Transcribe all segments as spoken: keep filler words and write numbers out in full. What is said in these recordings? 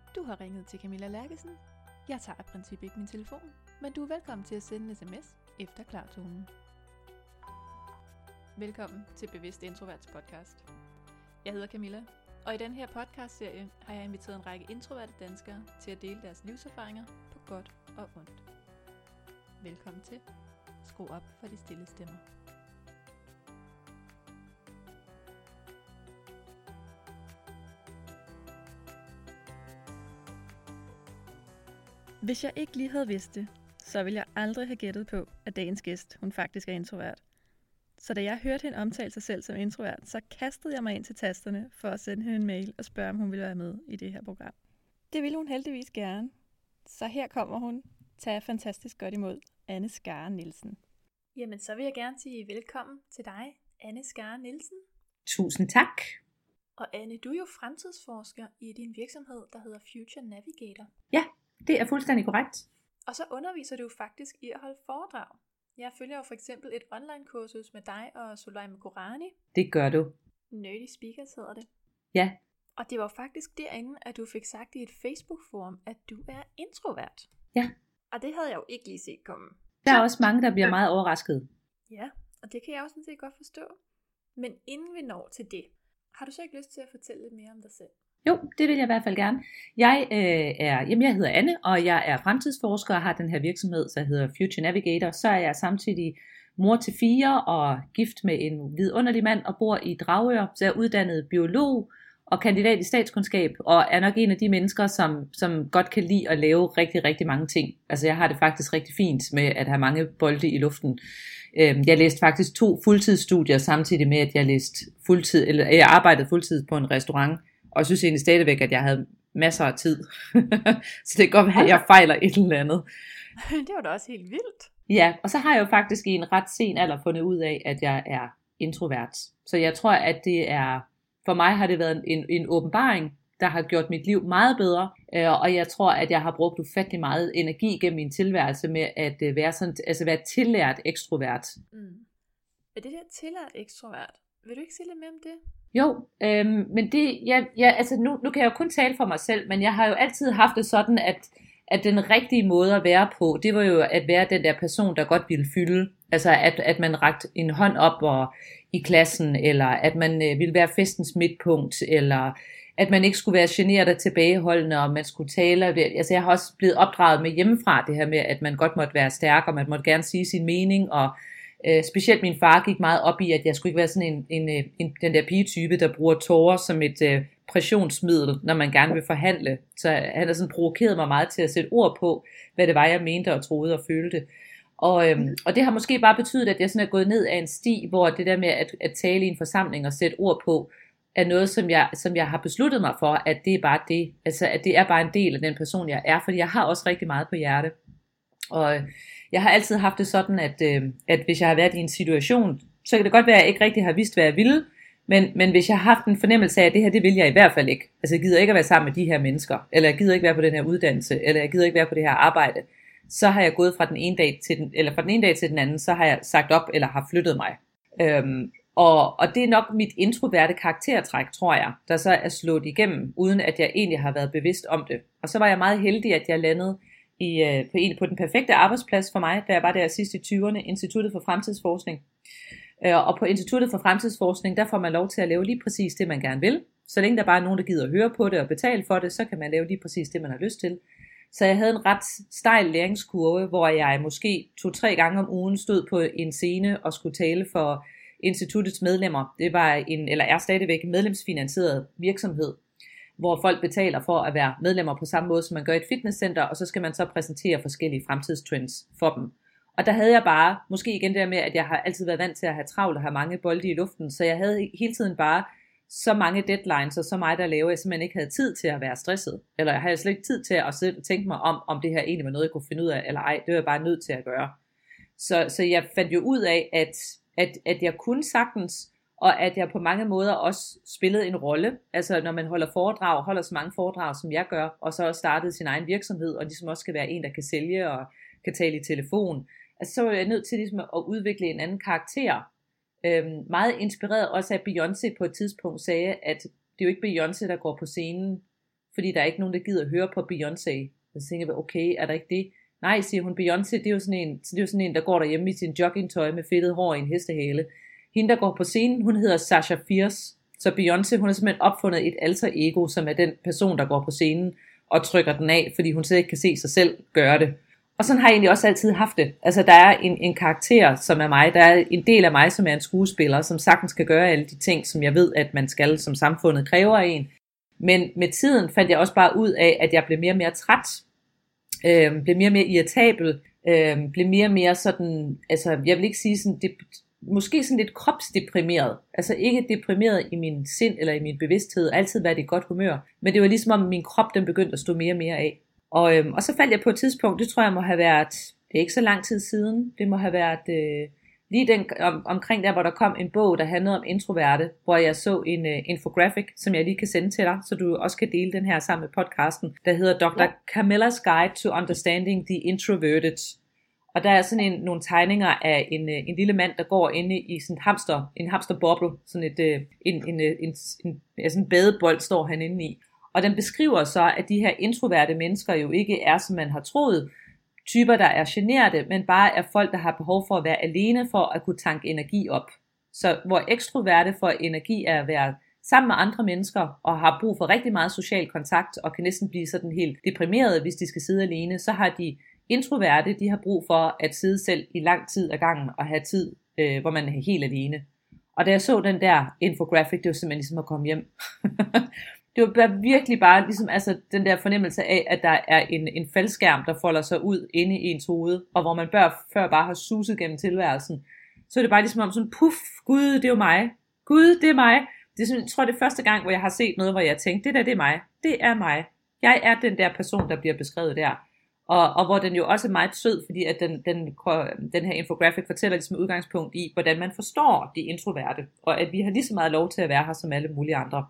Du har ringet til Camilla Lærkesen. Jeg tager i princippet ikke min telefon, men du er velkommen til at sende en sms efter klartonen. Velkommen til Bevidst Introverts podcast. Jeg hedder Camilla, og i den her podcastserie har jeg inviteret en række introverte danskere til at dele deres livserfaringer på godt og ondt. Velkommen til. Skru op for de stille stemmer. Hvis jeg ikke lige havde vidst det, så ville jeg aldrig have gættet på, at dagens gæst, hun faktisk er introvert. Så da jeg hørte hende omtale sig selv som introvert, så kastede jeg mig ind til tasterne for at sende hende en mail og spørge, om hun ville være med i det her program. Det ville hun heldigvis gerne. Så her kommer hun. Tag fantastisk godt imod Anne Skare Nielsen. Jamen, så vil jeg gerne sige velkommen til dig, Anne Skare Nielsen. Tusind tak. Og Anne, du er jo fremtidsforsker i din virksomhed, der hedder Future Navigator. Ja, det er fuldstændig korrekt. Og så underviser du jo faktisk i at holde foredrag. Jeg følger jo for eksempel et online-kursus med dig og Soleima Gourani. Det gør du. Nerdy Speakers hedder det. Ja. Og det var faktisk derinde, at du fik sagt i et Facebook-forum, at du er introvert. Ja. Og det havde jeg jo ikke lige set komme. Der er også mange, der bliver meget overrasket. Ja, og det kan jeg også sådan set godt forstå. Men inden vi når til det, har du så ikke lyst til at fortælle lidt mere om dig selv? Jo, det vil jeg i hvert fald gerne. Jeg, øh, er, jamen jeg hedder Anne, og jeg er fremtidsforsker og har den her virksomhed, der hedder Future Navigator. Så er jeg samtidig mor til fire og gift med en vidunderlig mand og bor i Dragør. Så jeg er uddannet biolog og kandidat i statskundskab, og er nok en af de mennesker, som, som godt kan lide at lave rigtig, rigtig mange ting. Altså jeg har det faktisk rigtig fint med at have mange bolde i luften. Jeg læste faktisk to fuldtidsstudier samtidig med, at jeg læste fuldtid, eller jeg arbejdede fuldtid på en restaurant. Og jeg synes egentlig stadigvæk, at jeg havde masser af tid. Så det kan godt være, at jeg fejler et eller andet. Det var da også helt vildt. Ja, og så har jeg jo faktisk i en ret sen alder fundet ud af, at jeg er introvert. Så jeg tror, at det er, for mig har det været en, en åbenbaring, der har gjort mit liv meget bedre. Og jeg tror, at jeg har brugt ufattelig meget energi gennem min tilværelse med at være, sådan, altså være tillært ekstrovert. Mm. Er det der tillært ekstrovert? Vil du ikke sige lidt mere om det? Jo, øhm, men det, ja, ja, altså nu, nu kan jeg jo kun tale for mig selv, men jeg har jo altid haft det sådan, at, at den rigtige måde at være på, det var jo at være den der person, der godt ville fylde. Altså at, at man rakte en hånd op og, i klassen, eller at man øh, ville være festens midtpunkt, eller at man ikke skulle være generet og tilbageholdende, og man skulle tale. Altså jeg har også blevet opdraget med hjemmefra det her med, at man godt måtte være stærk, og man måtte gerne sige sin mening, og Uh, specielt min far gik meget op i, at jeg skulle ikke være sådan en, en, en den der pigetype, der bruger tårer som et uh, pressionsmiddel, når man gerne vil forhandle. Så han har sådan provokeret mig meget til at sætte ord på, hvad det var, jeg mente og troede og følte. Og, øhm, og det har måske bare betydet, at jeg sådan er gået ned af en sti, hvor det der med at, at tale i en forsamling og sætte ord på, er noget, som jeg, som jeg har besluttet mig for, at det er bare det. Altså, at det er bare en del af den person, jeg er, fordi jeg har også rigtig meget på hjerte. Og jeg har altid haft det sådan, at, øh, at hvis jeg har været i en situation, så kan det godt være, at jeg ikke rigtig har vidst, hvad jeg ville, men, men hvis jeg har haft en fornemmelse af, at det her, det vil jeg i hvert fald ikke. Altså jeg gider ikke at være sammen med de her mennesker, eller jeg gider ikke være på den her uddannelse, eller jeg gider ikke være på det her arbejde, så har jeg gået fra den ene dag til den, eller fra den ene dag til den anden, så har jeg sagt op, eller har flyttet mig. Øhm, og, og det er nok mit introverte karaktertræk, tror jeg, der så er slået igennem, uden at jeg egentlig har været bevidst om det. Og så var jeg meget heldig, at jeg landede I, øh, på, en, på den perfekte arbejdsplads for mig, da jeg var der sidst i tyverne, Instituttet for Fremtidsforskning. Øh, og på Instituttet for Fremtidsforskning, der får man lov til at lave lige præcis det, man gerne vil. Så længe der bare er nogen, der gider at høre på det og betale for det, så kan man lave lige præcis det, man har lyst til. Så jeg havde en ret stejl læringskurve, hvor jeg måske to-tre gange om ugen stod på en scene og skulle tale for instituttets medlemmer. Det var en, eller er stadigvæk en medlemsfinansieret virksomhed, hvor folk betaler for at være medlemmer på samme måde, som man gør i et fitnesscenter, og så skal man så præsentere forskellige fremtidstrends for dem. Og der havde jeg bare, måske igen det der med, at jeg har altid været vant til at have travlt og have mange bolde i luften, så jeg havde hele tiden bare så mange deadlines og så meget at lave, at jeg simpelthen ikke havde tid til at være stresset. Eller jeg havde slet ikke tid til at sidde og tænke mig om, om det her egentlig var noget, jeg kunne finde ud af, eller ej. Det var jeg bare nødt til at gøre. Så, så jeg fandt jo ud af, at, at, at jeg kunne sagtens, og at jeg på mange måder også spillede en rolle. Altså når man holder foredrag, holder så mange foredrag, som jeg gør, og så også startede sin egen virksomhed, og ligesom også skal være en, der kan sælge og kan tale i telefon. Altså så var jeg nødt til ligesom at udvikle en anden karakter. Øhm, meget inspireret også af Beyoncé på et tidspunkt sagde, at det er jo ikke Beyoncé, der går på scenen fordi der er ikke nogen, der gider at høre på Beyoncé. Så tænker jeg, okay, er der ikke det? Nej, siger hun, Beyoncé, det er jo sådan en, det er jo sådan en der går derhjemme i sin joggingtøj med fedtet hår i en hestehale. Hende, der går på scenen, hun hedder Sasha Fierce. Så Beyoncé, hun har simpelthen opfundet et alter ego, som er den person, der går på scenen og trykker den af, fordi hun slet ikke kan se sig selv gøre det. Og sådan har jeg egentlig også altid haft det. Altså, der er en, en karakter, som er mig. Der er en del af mig, som er en skuespiller, som sagtens kan gøre alle de ting, som jeg ved, at man skal, som samfundet kræver af en. Men med tiden fandt jeg også bare ud af, at jeg blev mere og mere træt. Øh, blev mere og mere irritabel. Øh, blev mere og mere sådan, altså, jeg vil ikke sige sådan, det, måske sådan lidt kropsdeprimeret. Altså ikke deprimeret i min sind eller i min bevidsthed. Altid været i godt humør. Men det var ligesom om min krop, den begyndte at stå mere og mere af. Og, øhm, og så faldt jeg på et tidspunkt, det tror jeg må have været, det er ikke så lang tid siden, det må have været øh, lige den, om, omkring der, hvor der kom en bog, der handlede om introverte, hvor jeg så en uh, infographic, som jeg lige kan sende til dig, så du også kan dele den her sammen med podcasten, der hedder doktor Ja. Camilla's Guide to Understanding the Introverted. Og der er sådan en, nogle tegninger af en, en lille mand, der går inde i sådan en hamster, en hamsterboble, sådan et, en, en, en, en, en, sådan en badebold står han inde i. Og den beskriver så, at de her introverte mennesker jo ikke er, som man har troet, typer, der er generte, men bare er folk, der har behov for at være alene for at kunne tanke energi op. Så hvor ekstroverte får energi af at være sammen med andre mennesker, og har brug for rigtig meget social kontakt, og kan næsten blive sådan helt deprimerede, hvis de skal sidde alene, så har de introverte, de har brug for at sidde selv i lang tid ad gangen, og have tid, øh, hvor man er helt alene. Og da jeg så den der infographic, det var simpelthen ligesom at komme hjem. Det var virkelig bare ligesom, altså, den der fornemmelse af, at der er en, en faldskærm, der folder sig ud inde i ens hoved, og hvor man bør, før bare har suset gennem tilværelsen. Så er det bare ligesom om sådan, puff, gud, det er jo mig. Gud, det er mig. Det er sådan, jeg tror, det er første gang, hvor jeg har set noget, hvor jeg tænkte, det der, det er mig. Det er mig. Jeg er den der person, der bliver beskrevet der. Og, og hvor den jo også er meget sød, fordi at den, den, den her infographic fortæller ligesom udgangspunkt i, hvordan man forstår de introverte, og at vi har lige så meget lov til at være her, som alle mulige andre.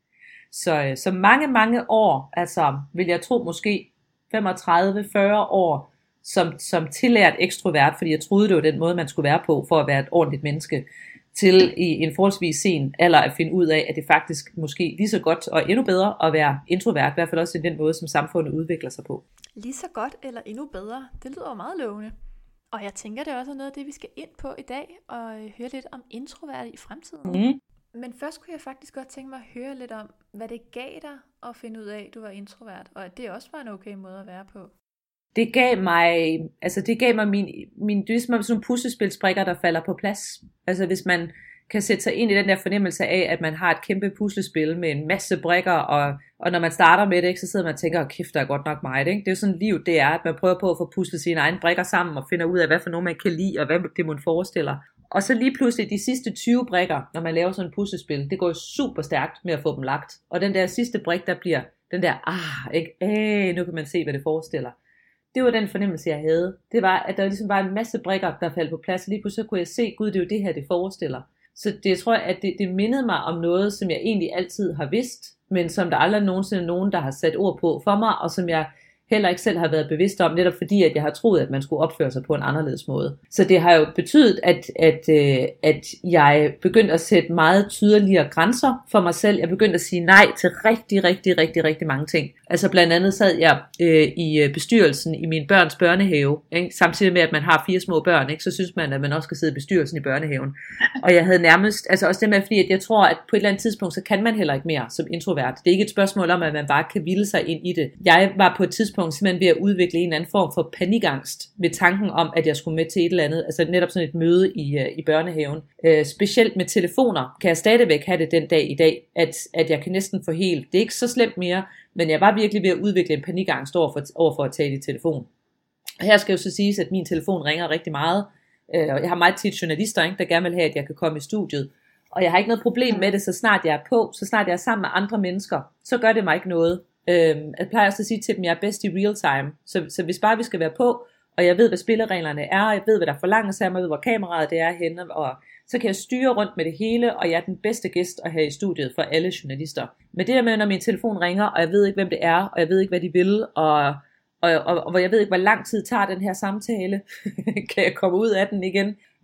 Så, så mange, mange år, altså vil jeg tro måske femogtredive til fyrre år, som, som tillært ekstrovert, fordi jeg troede, det var den måde, man skulle være på, for at være et ordentligt menneske, til i en forholdsvis sen alder at finde ud af, at det faktisk måske lige så godt og endnu bedre at være introvert, i hvert fald også i den måde, som samfundet udvikler sig på. Lige så godt eller endnu bedre, det lyder jo meget lovende. Og jeg tænker, det er også noget af det, vi skal ind på i dag, og høre lidt om introverte i fremtiden. Mm. Men først kunne jeg faktisk godt tænke mig at høre lidt om, hvad det gav dig at finde ud af, at du var introvert, og at det også var en okay måde at være på. Det gav mig, altså det gav mig min, min det er som sådan nogle puslespilsbrikker, der falder på plads. Altså hvis man kan sætte sig ind i den der fornemmelse af, at man har et kæmpe puslespil med en masse brikker, og, og når man starter med det, ikke, så sidder man og tænker, oh, kæft, der er godt nok meget. Ikke? Det er jo sådan liv, det er, at man prøver på at få puslet sine egne brikker sammen, og finder ud af, hvad for nogen man kan lide, og hvad det man forestiller. Og så lige pludselig de sidste tyve brikker, når man laver sådan et puslespil, det går jo super stærkt med at få dem lagt. Og den der sidste brik, der bliver den der, ah, ikke, øh, nu kan man se, hvad det forestiller. Det var den fornemmelse, jeg havde. Det var, at der ligesom var en masse brikker, der faldt på plads, og lige pludselig kunne jeg se, gud, det er jo det her, det forestiller. Så det, jeg tror, at det, det mindede mig om noget, som jeg egentlig altid har vidst, men som der aldrig nogensinde er nogen, der har sat ord på for mig, og som jeg heller ikke selv har været bevidst om, netop fordi, at jeg har troet, at man skulle opføre sig på en anderledes måde. Så det har jo betydet, at, at, at jeg begyndte at sætte meget tydeligere grænser for mig selv. Jeg begyndte at sige nej til rigtig, rigtig, rigtig, rigtig mange ting. Altså blandt andet sad jeg øh, i bestyrelsen i min børns børnehave, ikke? Samtidig med, at man har fire små børn, ikke? Så synes man, at man også skal sidde i bestyrelsen i børnehaven. Og jeg havde nærmest, altså også det med, fordi at jeg tror, at på et eller andet tidspunkt, så kan man heller ikke mere som introvert. Det er ikke et spørgsmål om, at man bare kan vilde sig ind i det. Jeg var på et tidspunkt simpelthen ved at udvikle en eller anden form for panikangst ved tanken om, at jeg skulle med til et eller andet, altså netop sådan et møde i, uh, i børnehaven. Uh, specielt med telefoner kan jeg stadigvæk have det den dag i dag, at, at jeg kan næsten få helt, det er ikke så slemt mere, men jeg var virkelig ved at udvikle en panikangst over for, over for at tale i telefon. Og her skal jo så siges, at min telefon ringer rigtig meget, uh, og jeg har meget tit journalister, ikke, der gerne vil have, at jeg kan komme i studiet, og jeg har ikke noget problem med det, så snart jeg er på, så snart jeg er sammen med andre mennesker, så gør det mig ikke noget. Øhm, jeg plejer også at sige til dem, at jeg er bedst i real time, så, så hvis bare vi skal være på, og jeg ved hvad spillereglerne er, og jeg ved hvad der forlanges af mig, jeg ved hvor kameraet det er henne, og så kan jeg styre rundt med det hele, og jeg er den bedste gæst at have i studiet for alle journalister. Men det der med, når min telefon ringer, og jeg ved ikke hvem det er, og jeg ved ikke hvad de vil, og, og, og, og jeg ved ikke hvor lang tid tager den her samtale, kan jeg komme ud af den igen,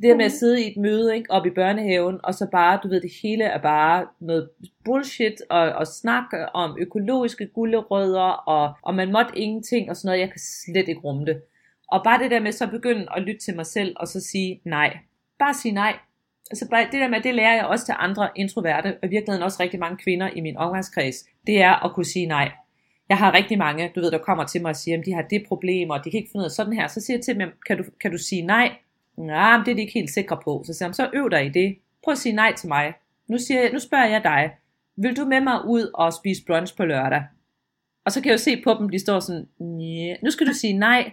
Det her med at sidde i et møde, ikke, oppe i børnehaven, og så bare, du ved, det hele er bare noget bullshit, og, og snakke om økologiske gulerødder, og, og man måtte ingenting, og sådan noget, jeg kan slet ikke rumme det. Og bare det der med så begynde at lytte til mig selv, og så sige nej. Bare sige nej. Altså bare det der med, det lærer jeg også til andre introverte, og i virkeligheden også rigtig mange kvinder i min omgangskreds, det er at kunne sige nej. Jeg har rigtig mange, du ved, der kommer til mig og siger, at de har det problem, og de kan ikke finde ud af sådan her. Så siger jeg til dem, kan du, kan du sige nej? Nej, men det er de ikke helt sikre på. Så siger jeg, så øv dig i det. Prøv at sige nej til mig. Nu, siger jeg, nu spørger jeg dig, vil du med mig ud og spise brunch på lørdag? Og så kan jeg jo se på dem, de står sådan, yeah. Nu skal du sige nej.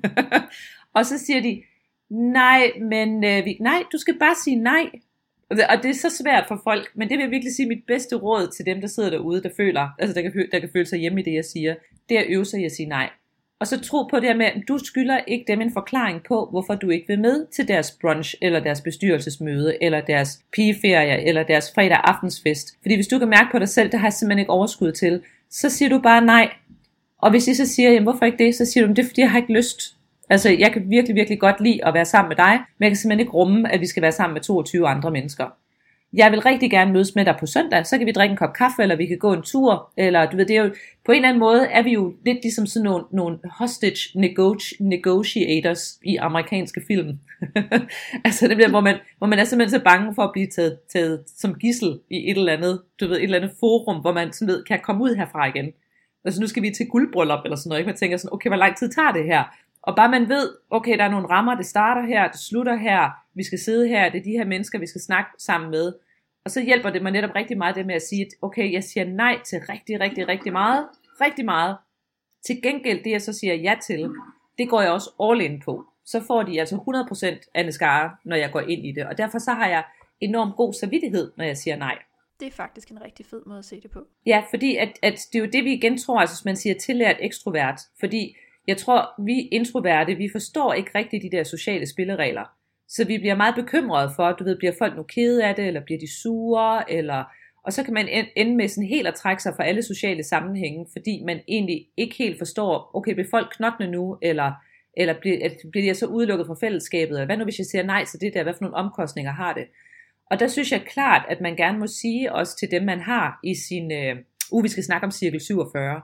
Og så siger de, nej, men øh, vi, nej, du skal bare sige nej. Og det er så svært for folk, men det vil jeg virkelig sige mit bedste råd til dem, der sidder derude, der føler, altså der kan, der kan føle sig hjemme i det, jeg siger, det er at øve sig i at sige nej. Og så tro på det her med, at du skylder ikke dem en forklaring på, hvorfor du ikke vil med til deres brunch, eller deres bestyrelsesmøde, eller deres pigeferie, eller deres fredag aftensfest. Fordi hvis du kan mærke på dig selv, det har jeg simpelthen ikke overskud til, så siger du bare nej. Og hvis I så siger, jamen hvorfor ikke det, så siger du, det er fordi jeg har ikke lyst. Altså jeg kan virkelig, virkelig godt lide at være sammen med dig, men jeg kan simpelthen ikke rumme, at vi skal være sammen med toogtyve andre mennesker. Jeg vil rigtig gerne mødes med dig på søndag, så kan vi drikke en kop kaffe, eller vi kan gå en tur, eller du ved, det er jo, på en eller anden måde er vi jo lidt ligesom sådan nogle, nogle hostage negotiators i amerikanske film. Altså det bliver, hvor man, hvor man er simpelthen så bange for at blive taget, taget som gidsel i et eller andet, du ved, et eller andet forum, hvor man sådan ved, kan komme ud herfra igen. Altså nu skal vi til guldbryllup eller sådan noget, ikke? Man tænker sådan, okay, hvor lang tid tager det her? Og bare man ved, okay, der er nogle rammer, det starter her, det slutter her, vi skal sidde her, det er de her mennesker, vi skal snakke sammen med. Og så hjælper det mig netop rigtig meget det med at sige, at okay, jeg siger nej til rigtig, rigtig, rigtig meget, rigtig meget. Til gengæld det, jeg så siger ja til, det går jeg også all in på. Så får de altså hundrede procent Anne Skare, når jeg går ind i det. Og derfor så har jeg enormt god samvittighed, når jeg siger nej. Det er faktisk en rigtig fed måde at se det på. Ja, fordi at, at det er jo det, vi igen tror, altså hvis man siger tillært ekstrovert, fordi jeg tror, vi introverte, vi forstår ikke rigtig de der sociale spilleregler. Så vi bliver meget bekymrede for, du ved, bliver folk nu kede af det, eller bliver de sure, eller... Og så kan man ende med sådan helt at trække sig fra alle sociale sammenhænge, fordi man egentlig ikke helt forstår, okay, bliver folk knotne nu, eller, eller bliver, bliver de så udelukket fra fællesskabet, eller hvad nu hvis jeg siger nej til det der, hvad for nogle omkostninger har det? Og der synes jeg klart, at man gerne må sige også til dem, man har i sin... Øh, Uh, vi skal snakke om cirkel syvogfyrre.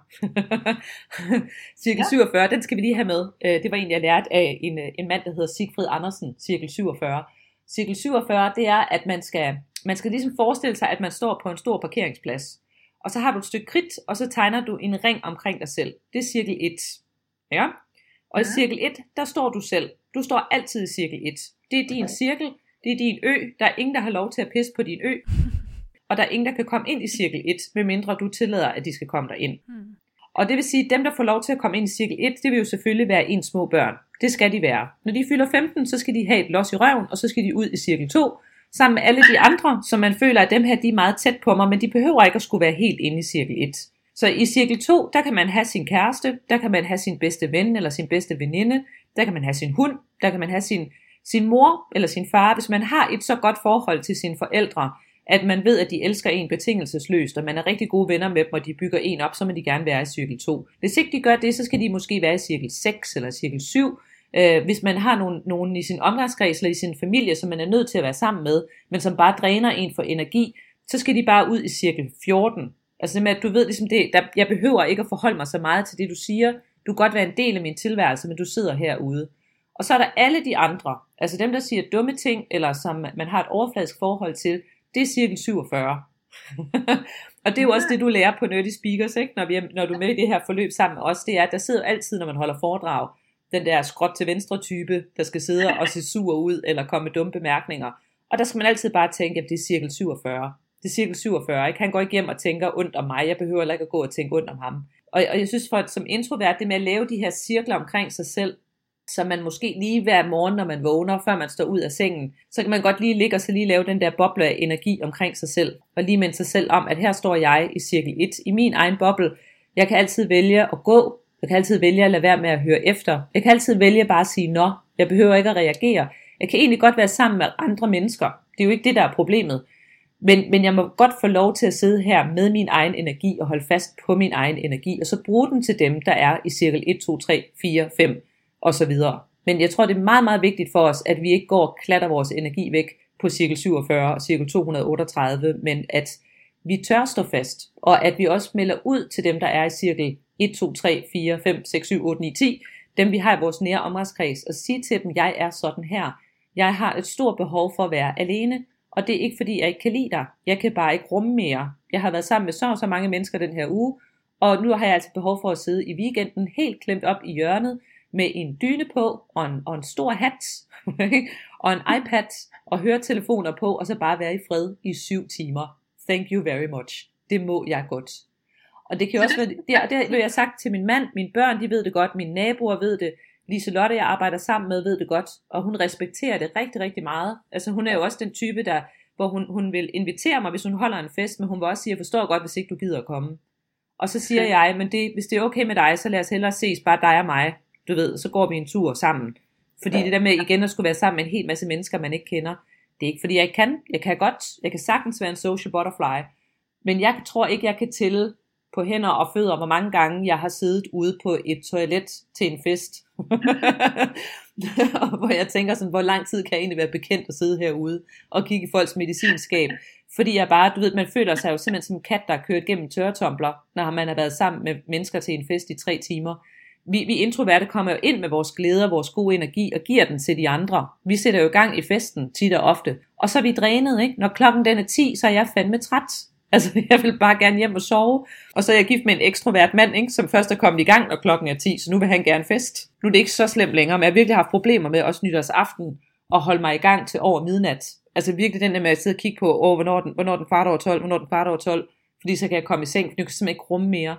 Cirkel ja. syvogfyrre, den skal vi lige have med. Det var egentlig, jeg lærte af en, en mand, der hedder Sigfrid Andersen, cirkel syvogfyrre. Cirkel syvogfyrre, det er, at man skal, man skal ligesom forestille sig, at man står på en stor parkeringsplads. Og så har du et stykke kridt, og så tegner du en ring omkring dig selv. Det er cirkel et. Ja? Og i cirkel et, der står du selv. Du står altid i cirkel et. Det er din okay. cirkel, det er din ø. Der er ingen, der har lov til at pisse på din ø. Og der er ingen, der kan komme ind i cirkel et, medmindre du tillader, at de skal komme derind. Hmm. Og det vil sige, at dem, der får lov til at komme ind i cirkel et, det vil jo selvfølgelig være ens små børn. Det skal de være. Når de fylder femten, så skal de have et los i røven, og så skal de ud i cirkel to, sammen med alle de andre, som man føler, at dem her, de er meget tæt på mig, men de behøver ikke at skulle være helt inde i cirkel et. Så i cirkel to, der kan man have sin kæreste, der kan man have sin bedste ven eller sin bedste veninde, der kan man have sin hund, der kan man have sin, sin mor eller sin far. Hvis man har et så godt forhold til sine forældre, at man ved, at de elsker en betingelsesløst, og man er rigtig gode venner med dem, og de bygger en op, så må de gerne være i cirkel to. Hvis ikke de gør det, så skal de måske være i cirkel seks eller cirkel syv. Øh, hvis man har nogen, nogen i sin omgangskreds eller i sin familie, som man er nødt til at være sammen med, men som bare dræner en for energi, så skal de bare ud i cirkel fjorten. Altså det med, at du ved ligesom det, der, jeg behøver ikke at forholde mig så meget til det, du siger. Du kan godt være en del af min tilværelse, men du sidder herude. Og så er der alle de andre, altså dem, der siger dumme ting, eller som man har et overfladisk forhold til, det er cirkel syvogfyrre. Og det er jo også det, du lærer på Nerdy Speakers, ikke? Når, vi er, når du er med i det her forløb sammen med os, det er, at der sidder altid, når man holder foredrag, den der skråt til venstre type, der skal sidde og se sur ud, eller komme med dumme bemærkninger. Og der skal man altid bare tænke, at det er cirkel syvogfyrre. Det er cirkel syvogfyrre, ikke? Han går ikke hjem og tænker ondt om mig, jeg behøver heller ikke at gå og tænke ondt om ham. Og, og jeg synes, for som introvert, det med at lave de her cirkler omkring sig selv, så man måske lige hver morgen, når man vågner, før man står ud af sengen, så kan man godt lige ligge og så lige lave den der boble af energi omkring sig selv, og lige minde sig selv om, at her står jeg i cirkel et, i min egen boble. Jeg kan altid vælge at gå, jeg kan altid vælge at lade være med at høre efter, jeg kan altid vælge bare at sige nå, jeg behøver ikke at reagere, jeg kan egentlig godt være sammen med andre mennesker, det er jo ikke det, der er problemet, men, men jeg må godt få lov til at sidde her med min egen energi, og holde fast på min egen energi, og så bruge den til dem, der er i cirkel et, to, tre, fire, fem, og så videre. Men jeg tror, det er meget, meget vigtigt for os, at vi ikke går og klatter vores energi væk på cirkel syvogfyrre og cirkel to hundrede otteogtredive, men at vi tør stå fast, og at vi også melder ud til dem, der er i cirkel et, to, tre, fire, fem, seks, syv, otte, ni, ti, dem vi har i vores nære omgangskreds, og sige til dem, jeg er sådan her. Jeg har et stort behov for at være alene, og det er ikke fordi, jeg ikke kan lide dig. Jeg kan bare ikke rumme mere. Jeg har været sammen med så og så mange mennesker den her uge, og nu har jeg altså behov for at sidde i weekenden helt klemt op i hjørnet, med en dyne på, og en, og en stor hat, og en iPad, og høretelefoner på, og så bare være i fred i syv timer. Thank you very much. Det må jeg godt. Og det kan også være, det, det har jeg sagt til min mand, mine børn, de ved det godt, mine naboer ved det, Liselotte, jeg arbejder sammen med, ved det godt, og hun respekterer det rigtig, rigtig meget. Altså hun er jo også den type, der, hvor hun, hun vil invitere mig, hvis hun holder en fest, men hun vil også sige, jeg forstår godt, hvis ikke du gider at komme. Og så siger jeg, men det, hvis det er okay med dig, så lad os hellere ses, bare dig og mig. Du ved, så går vi en tur sammen. Fordi det der med igen at skulle være sammen med en hel masse mennesker, man ikke kender, det er ikke fordi jeg ikke kan. Jeg kan godt, jeg kan sagtens være en social butterfly. Men jeg tror ikke, jeg kan tælle på hænder og fødder, hvor mange gange jeg har siddet ude på et toilet til en fest. Hvor jeg tænker sådan, hvor lang tid kan jeg egentlig være bekendt at sidde herude og kigge i folks medicinskab. Fordi jeg bare, du ved, man føler sig jo simpelthen som en kat, der er kørt gennem tørretumbler, når man har været sammen med mennesker til en fest i tre timer. Vi, vi introverte kommer jo ind med vores glæder, vores gode energi og giver den til de andre. Vi sætter jo i gang i festen tit og ofte. Og så er vi drænet, ikke? Når klokken den er ti, så er jeg fandme træt. Altså, jeg vil bare gerne hjem og sove. Og så er jeg gift med en ekstrovert mand, ikke? Som først er kommet i gang, når klokken er ti, så nu vil han gerne fest. Nu er det ikke så slemt længere, men jeg har virkelig haft problemer med også nytårsaften og holde mig i gang til over midnat. Altså virkelig den der med at sidde og kigge på, åh, hvornår den, hvornår den kvart over tolv, hvornår den kvart over tolv, fordi så kan jeg komme i seng, for nu kan jeg simpelthen ikke rumme mere.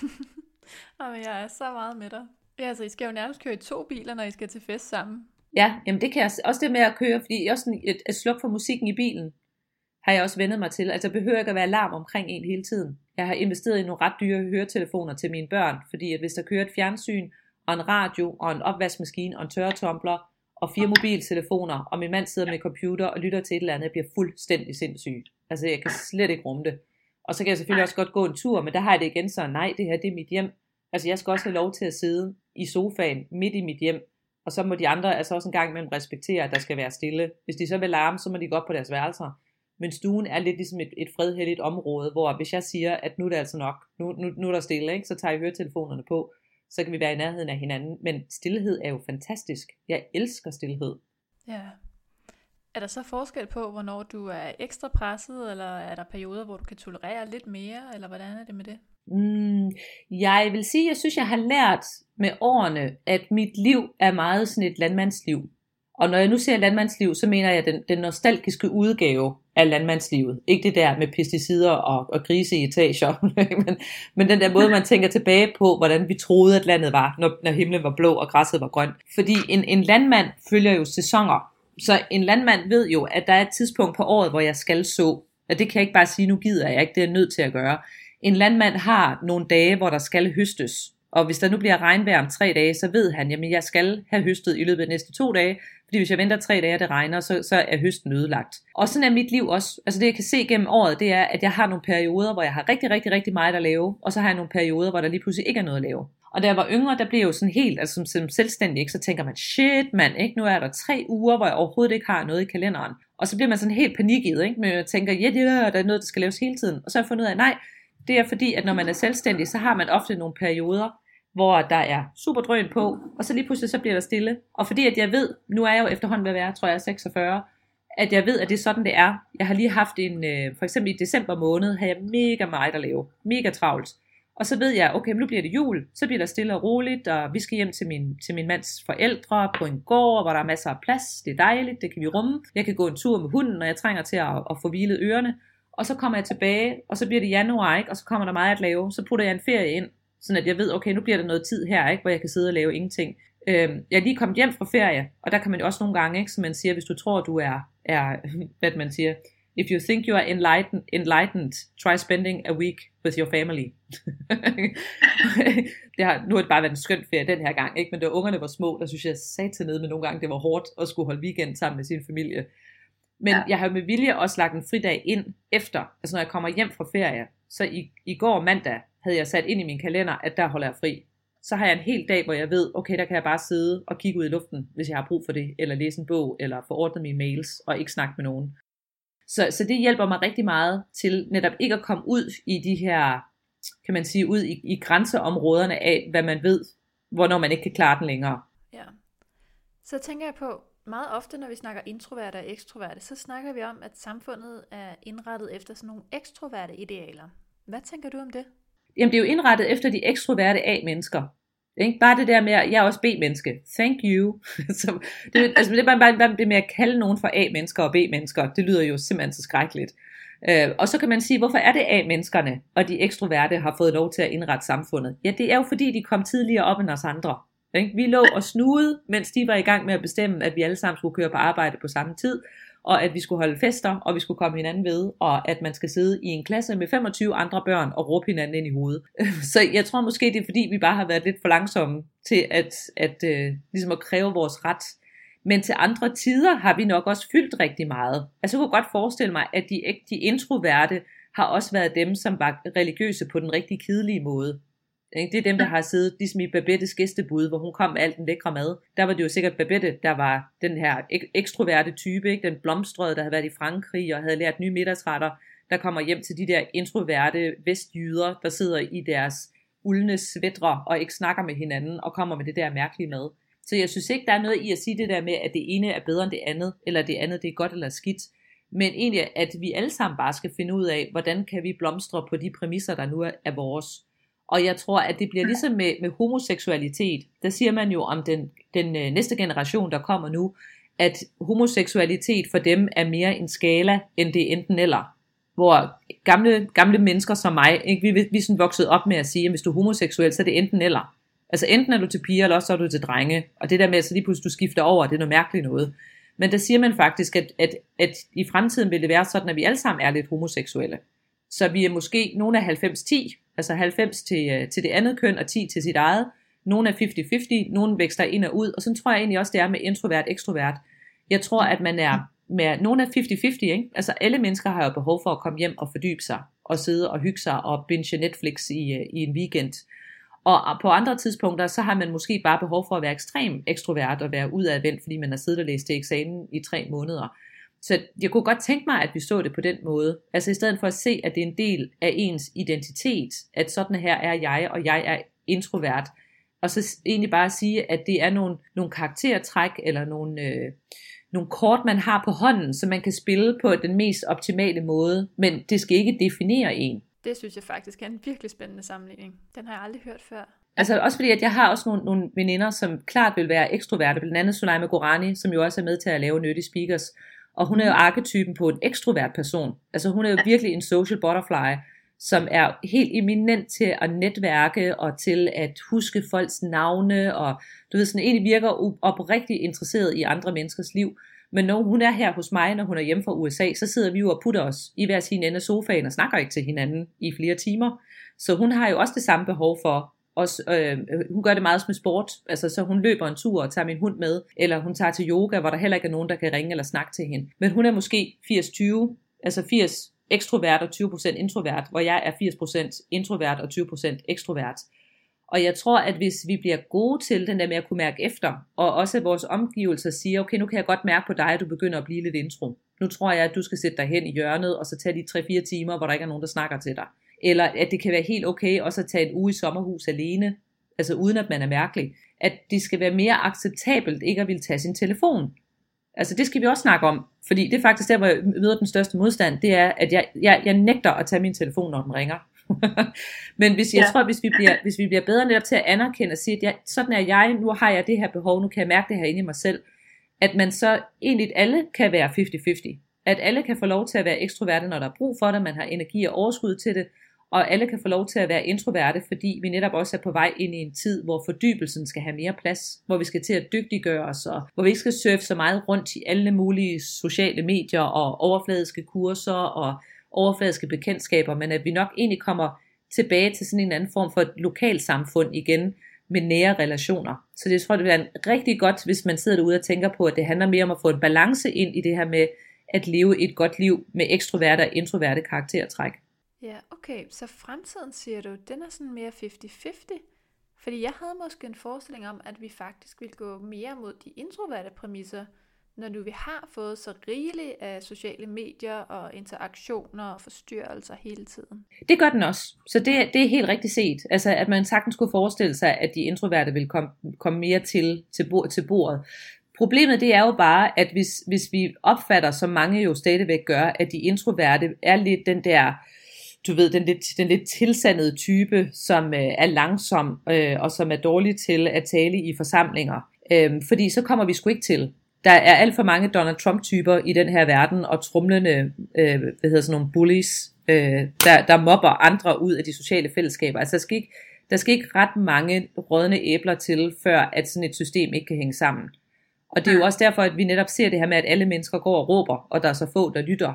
Jamen, jeg er så meget med dig. Ja, altså, I skal jo nærmest køre i to biler, når I skal til fest sammen. Ja, jamen det kan jeg også det med at køre, fordi også sådan et, et sluk for musikken i bilen, har jeg også vendet mig til. Altså jeg behøver ikke at være alarm omkring en hele tiden. Jeg har investeret i nogle ret dyre høretelefoner til mine børn, fordi at hvis der kører et fjernsyn, og en radio, og en opvaskemaskine, og en tørretumbler, og fire mobiltelefoner, og min mand sidder med computer og lytter til et eller andet, jeg bliver fuldstændig sindssyg. Altså jeg kan slet ikke rumme det. Og så kan jeg selvfølgelig også godt gå en tur, men der har jeg det igen så, nej, det her det er mit hjem. Altså jeg skal også have lov til at sidde i sofaen midt i mit hjem, og så må de andre altså også en gang imellem respektere, at der skal være stille. Hvis de så vil larme, så må de gå op på deres værelser. Men stuen er lidt ligesom et, et fredhelligt område, hvor hvis jeg siger, at nu er det altså nok, nu, nu, nu er der stille, ikke? Så tager jeg høretelefonerne på, så kan vi være i nærheden af hinanden. Men stillhed er jo fantastisk. Jeg elsker stillhed. Ja. Er der så forskel på, hvornår du er ekstra presset, eller er der perioder, hvor du kan tolerere lidt mere, eller hvordan er det med det? Mm, jeg vil sige, jeg synes, jeg har lært med årene, at mit liv er meget sådan et landmandsliv. Og når jeg nu siger landmandsliv, så mener jeg den, den nostalgiske udgave af landmandslivet. Ikke det der med pesticider og, og grise i etager, men, men den der måde, man tænker tilbage på, hvordan vi troede, at landet var, når, når himlen var blå og græsset var grønt. Fordi en, en landmand følger jo sæsoner. Så en landmand ved jo, at der er et tidspunkt på året, hvor jeg skal så. Og det kan jeg ikke bare sige, nu gider jeg ikke, det er jeg nødt til at gøre. En landmand har nogle dage, hvor der skal høstes. Og hvis der nu bliver regnvejr om tre dage, så ved han, jamen jeg skal have høstet i løbet af de næste to dage. Fordi hvis jeg venter tre dage, og det regner, så, så er høsten ødelagt. Og sådan er mit liv også. Altså det jeg kan se gennem året, det er, at jeg har nogle perioder, hvor jeg har rigtig, rigtig, rigtig meget at lave. Og så har jeg nogle perioder, hvor der lige pludselig ikke er noget at lave. Og da jeg var yngre, der blev jeg jo sådan helt, altså som, som selvstændig, ikke? Så tænker man, shit mand, ikke? Nu er der tre uger, hvor jeg overhovedet ikke har noget i kalenderen. Og så bliver man sådan helt paniket, ikke? Men jeg tænker, ja, det er, der er noget, der skal laves hele tiden. Og så har jeg fundet ud af, nej, det er fordi, at når man er selvstændig, så har man ofte nogle perioder, hvor der er super drøn på, og så lige pludselig så bliver der stille. Og fordi at jeg ved, nu er jeg jo efterhånden ved at være, tror jeg, seksogfyrre, at jeg ved, at det er sådan, det er. Jeg har lige haft en, for eksempel i december måned, har jeg mega meget at lave. Mega travlt. Og så ved jeg, okay, nu bliver det jul, så bliver der stille og roligt, og vi skal hjem til min, til min mands forældre på en gård, hvor der er masser af plads. Det er dejligt, det kan vi rumme. Jeg kan gå en tur med hunden, når jeg trænger til at, at få hvilet ørerne. Og så kommer jeg tilbage, og så bliver det januar, ikke? Og så kommer der meget at lave. Så putter jeg en ferie ind, sådan at jeg ved, okay, nu bliver der noget tid her, ikke? Hvor jeg kan sidde og lave ingenting. Øhm, jeg er lige kommet hjem fra ferie, og der kan man jo også nogle gange, ikke? Som man siger, hvis du tror, du er, er hvad man siger, if you think you are enlightened, enlightened, try spending a week with your family. Det har, nu har det bare været en skøn ferie den her gang, ikke? Men da ungerne var små, der synes jeg sat ned med nogle gange, det var hårdt at skulle holde weekend sammen med sin familie. Men ja. Jeg har jo med vilje også lagt en fridag ind efter, altså når jeg kommer hjem fra ferie. Så i, i går mandag havde jeg sat ind i min kalender, at der holder jeg fri. så har jeg en hel dag, hvor jeg ved, okay, der kan jeg bare sidde og kigge ud i luften, hvis jeg har brug for det, eller læse en bog, eller få ordnet mine mails, og ikke snakke med nogen. Så, så det hjælper mig rigtig meget til netop ikke at komme ud i de her, kan man sige, ud i, i grænseområderne af, hvad man ved, hvornår man ikke kan klare den længere. Ja. Så tænker jeg på, meget ofte når vi snakker introverte og ekstroverte, så snakker vi om, at samfundet er indrettet efter sådan nogle ekstroverte idealer. Hvad tænker du om det? Jamen det er jo indrettet efter de ekstroverte A-mennesker. Ikke? Bare det der med, at jeg er også B-menneske. Thank you. Så det, altså, det er bare, bare det med at kalde nogen for A-mennesker og B-mennesker, det lyder jo simpelthen så skrækkeligt. Øh, og så kan man sige, hvorfor er det A-menneskerne og de ekstroverte har fået lov til at indrette samfundet? Ja, det er jo fordi, de kom tidligere op end os andre. Ikke? Vi lå og snudede, mens de var i gang med at bestemme, at vi alle sammen skulle køre på arbejde på samme tid, og at vi skulle holde fester, og vi skulle komme hinanden ved, og at man skal sidde i en klasse med femogtyve andre børn og råbe hinanden ind i hovedet. Så jeg tror måske, det er fordi, vi bare har været lidt for langsomme til at, at, at, ligesom at kræve vores ret. Men til andre tider har vi nok også fyldt rigtig meget. Altså jeg kunne godt forestille mig, at de, de introverte har også været dem, som var religiøse på den rigtig kedelige måde. Det er dem, der har siddet ligesom i Babettes gæstebud, hvor hun kom med alt den lækre mad. Der var det jo sikkert Babette, der var den her ek- ekstroverte type, ikke? Den blomstrede, der havde været i Frankrig og havde lært nye middagsretter, der kommer hjem til de der introverte vestjyder, der sidder i deres uldne svætre og ikke snakker med hinanden og kommer med det der mærkelige mad. Så jeg synes ikke, der er noget i at sige det der med, at det ene er bedre end det andet, eller det andet det er godt eller skidt. Men egentlig, at vi alle sammen bare skal finde ud af, hvordan kan vi blomstre på de præmisser, der nu er vores. Og jeg tror, at det bliver ligesom med, med homoseksualitet. Der siger man jo om den, den øh, næste generation, der kommer nu, at homoseksualitet for dem er mere en skala, end det enten eller. Hvor gamle, gamle mennesker som mig, ikke, vi, vi er sådan vokset op med at sige, at hvis du er homoseksuel, så er det enten eller. Altså enten er du til piger, eller også er du til drenge. Og det der med, at så lige pludselig du skifter over, det er noget mærkeligt noget. Men der siger man faktisk, at, at, at i fremtiden vil det være sådan, at vi alle sammen er lidt homoseksuelle. Så vi er måske nogle af halvfems ti, altså halvfems til, til det andet køn og ti til sit eget. Nogle er halvtreds halvtreds, nogle vækster ind og ud. Og sådan tror jeg egentlig også, det er med introvert ekstrovert. Jeg tror, at man er med nogle af halvtreds halvtreds, ikke? Altså alle mennesker har jo behov for at komme hjem og fordybe sig, og sidde og hygge sig og binge Netflix i, i en weekend. Og på andre tidspunkter, så har man måske bare behov for at være ekstrem ekstrovert og være udadvendt, fordi man har siddet og læst til eksamen i tre måneder. Så jeg kunne godt tænke mig, at vi så det på den måde. Altså i stedet for at se, at det er en del af ens identitet, at sådan her er jeg, og jeg er introvert. Og så egentlig bare sige, at det er nogle, nogle karaktertræk, eller nogle, øh, nogle kort, man har på hånden, som man kan spille på den mest optimale måde, men det skal ikke definere en. Det synes jeg faktisk er en virkelig spændende sammenligning. Den har jeg aldrig hørt før. Altså også fordi, at jeg har også nogle, nogle veninder, som klart vil være ekstroverte, blandt andet Sulaima Gorani, som jo også er med til at lave Nerdy Speakers. Og hun er jo arketypen på en ekstrovert person. Altså hun er jo virkelig en social butterfly, som er helt eminent til at netværke og til at huske folks navne. Og du ved, sådan egentlig virker oprigtigt interesseret i andre menneskers liv. Men når hun er her hos mig, når hun er hjemme fra U S A, så sidder vi jo og putter os i hver sin ende af sofaen og snakker ikke til hinanden i flere timer. Så hun har jo også det samme behov for. Også, øh, hun gør det meget med sport, altså så hun løber en tur og tager min hund med, eller hun tager til yoga, hvor der heller ikke er nogen, der kan ringe eller snakke til hende. Men hun er måske firs tyve, altså firs ekstrovert og tyve procent introvert, hvor jeg er firs procent introvert og tyve procent ekstrovert. Og jeg tror, at hvis vi bliver gode til den der med at kunne mærke efter, og også at vores omgivelser siger, okay, nu kan jeg godt mærke på dig, at du begynder at blive lidt intro. Nu tror jeg, at du skal sætte dig hen i hjørnet, og så tage de tre fire timer, hvor der ikke er nogen, der snakker til dig. Eller at det kan være helt okay også at tage en uge i sommerhus alene, altså uden at man er mærkelig. At det skal være mere acceptabelt ikke at ville tage sin telefon. Altså det skal vi også snakke om, fordi det er faktisk der, hvor jeg møder den største modstand, det er, at jeg, jeg, jeg nægter at tage min telefon, når den ringer. Men hvis jeg ja. tror, hvis vi, bliver, hvis vi bliver bedre netop til at anerkende og sige, at jeg, sådan er jeg, nu har jeg det her behov, nu kan jeg mærke det her inde i mig selv, at man så egentlig alle kan være halvtreds halvtreds. At alle kan få lov til at være ekstroverte, når der er brug for det, man har energi og overskud til det, og alle kan få lov til at være introverte, fordi vi netop også er på vej ind i en tid, hvor fordybelsen skal have mere plads, hvor vi skal til at dygtiggøre os, og hvor vi ikke skal surfe så meget rundt i alle mulige sociale medier og overfladiske kurser og overfladiske bekendtskaber, men at vi nok egentlig kommer tilbage til sådan en anden form for et lokalsamfund igen med nære relationer. Så det tror jeg, det bliver rigtig godt, hvis man sidder derude og tænker på, at det handler mere om at få en balance ind i det her med at leve et godt liv med ekstroverte og introverte karaktertræk. Ja, okay. Så fremtiden, siger du, den er sådan mere halvtreds halvtreds? Fordi jeg havde måske en forestilling om, at vi faktisk ville gå mere mod de introverte præmisser, når nu vi har fået så rigeligt af sociale medier og interaktioner og forstyrrelser hele tiden. Det gør den også. Så det, det er helt rigtigt set. Altså, at man sagtens skulle forestille sig, at de introverte vil komme, komme mere til, til, bord, til bordet. Problemet det er jo bare, at hvis, hvis vi opfatter, som mange jo stadigvæk gør, at de introverte er lidt den der, du ved, den lidt, den lidt tilsandede type, som øh, er langsom øh, og som er dårlig til at tale i forsamlinger. Øh, fordi så kommer vi sgu ikke til. Der er alt for mange Donald Trump-typer i den her verden, og trumlende, øh, hvad hedder sådan nogle bullies, øh, der, der mobber andre ud af de sociale fællesskaber. Altså der skal ikke, der skal ikke ret mange rådne æbler til, før at sådan et system ikke kan hænge sammen. Og det er jo også derfor, at vi netop ser det her med, at alle mennesker går og råber, og der er så få, der lytter.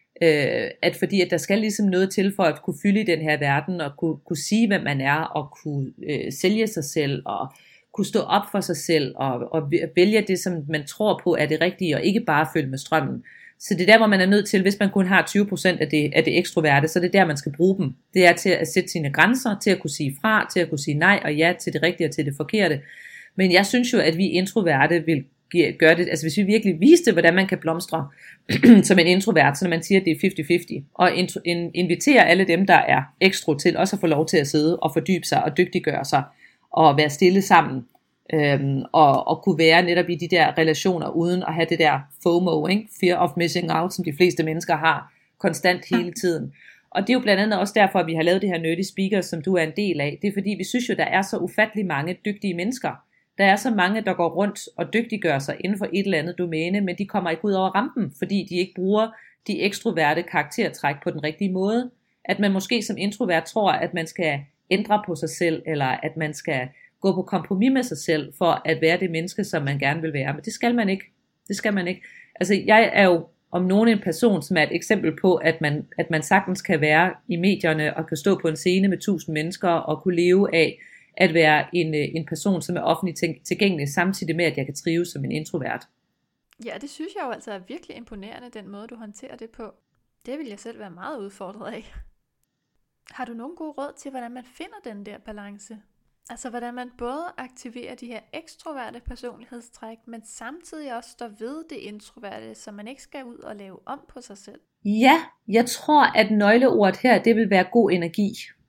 Øh, at fordi at der skal ligesom noget til for at kunne fylde i den her verden, og kunne, kunne sige, hvem man er, og kunne øh, sælge sig selv, og kunne stå op for sig selv, og, og vælge det, som man tror på er det rigtige, og ikke bare følge med strømmen. Så det er der, hvor man er nødt til, hvis man kun har tyve procent af det, af det ekstroverte, så det er der, man skal bruge dem. Det er til at sætte sine grænser, til at kunne sige fra, til at kunne sige nej og ja til det rigtige og til det forkerte. Men jeg synes jo, at vi introverte vil gøre det, altså hvis vi virkelig viste, hvordan man kan blomstre som en introvert, så når man siger, at det er halvtreds halvtreds, og invitere alle dem, der er ekstro til, også at få lov til at sidde og fordybe sig og dygtiggøre sig, og være stille sammen, øhm, og, og kunne være netop i de der relationer, uden at have det der FOMO, ikke? Fear of missing out, som de fleste mennesker har, konstant hele tiden. Og det er jo blandt andet også derfor, at vi har lavet det her Nerdy Speakers, som du er en del af. Det er fordi, vi synes jo, der er så ufattelig mange dygtige mennesker. Der er så mange, der går rundt og dygtiggør sig inden for et eller andet domæne, men de kommer ikke ud over rampen, fordi de ikke bruger de ekstroverte karaktertræk på den rigtige måde. At man måske som introvert tror, at man skal ændre på sig selv, eller at man skal gå på kompromis med sig selv, for at være det menneske, som man gerne vil være. Men det skal man ikke. Det skal man ikke. Altså, jeg er jo om nogen en person, som er et eksempel på, at man, at man sagtens kan være i medierne, og kan stå på en scene med tusind mennesker, og kunne leve af at være en, en person, som er offentligt tilgængelig, samtidig med, at jeg kan trives som en introvert. Ja, det synes jeg jo altså er virkelig imponerende, den måde, du håndterer det på. Det vil jeg selv være meget udfordret af. Har du nogen gode råd til, hvordan man finder den der balance? Altså, hvordan man både aktiverer de her ekstroverte personlighedstræk, men samtidig også står ved det introverte, så man ikke skal ud og lave om på sig selv? Ja, jeg tror, at nøgleordet her, det vil være god energi.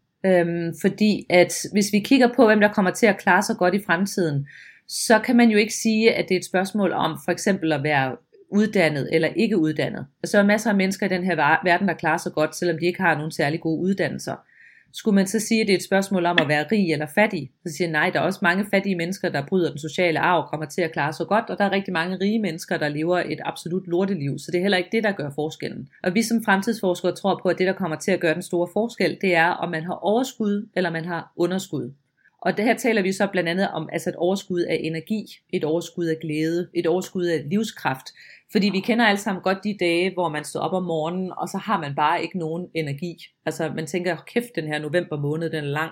Øhm, fordi at hvis vi kigger på, hvem der kommer til at klare sig godt i fremtiden, så kan man jo ikke sige, at det er et spørgsmål om for eksempel at være uddannet eller ikke uddannet. Så er der masser af mennesker i den her verden, der klarer sig godt, selvom de ikke har nogen særlig gode uddannelser. Skulle man så sige, at det er et spørgsmål om at være rig eller fattig? Så siger jeg, nej, der er også mange fattige mennesker, der bryder den sociale arv, kommer til at klare sig godt, og der er rigtig mange rige mennesker, der lever et absolut lorteliv, så det er heller ikke det, der gør forskellen. Og vi som fremtidsforskere tror på, at det, der kommer til at gøre den store forskel, det er, om man har overskud, eller man har underskud. Og det her taler vi så blandt andet om altså et overskud af energi, et overskud af glæde, et overskud af livskraft. Fordi vi kender alle sammen godt de dage, hvor man står op om morgenen, og så har man bare ikke nogen energi. Altså man tænker, kæft, den her november måned, den er lang.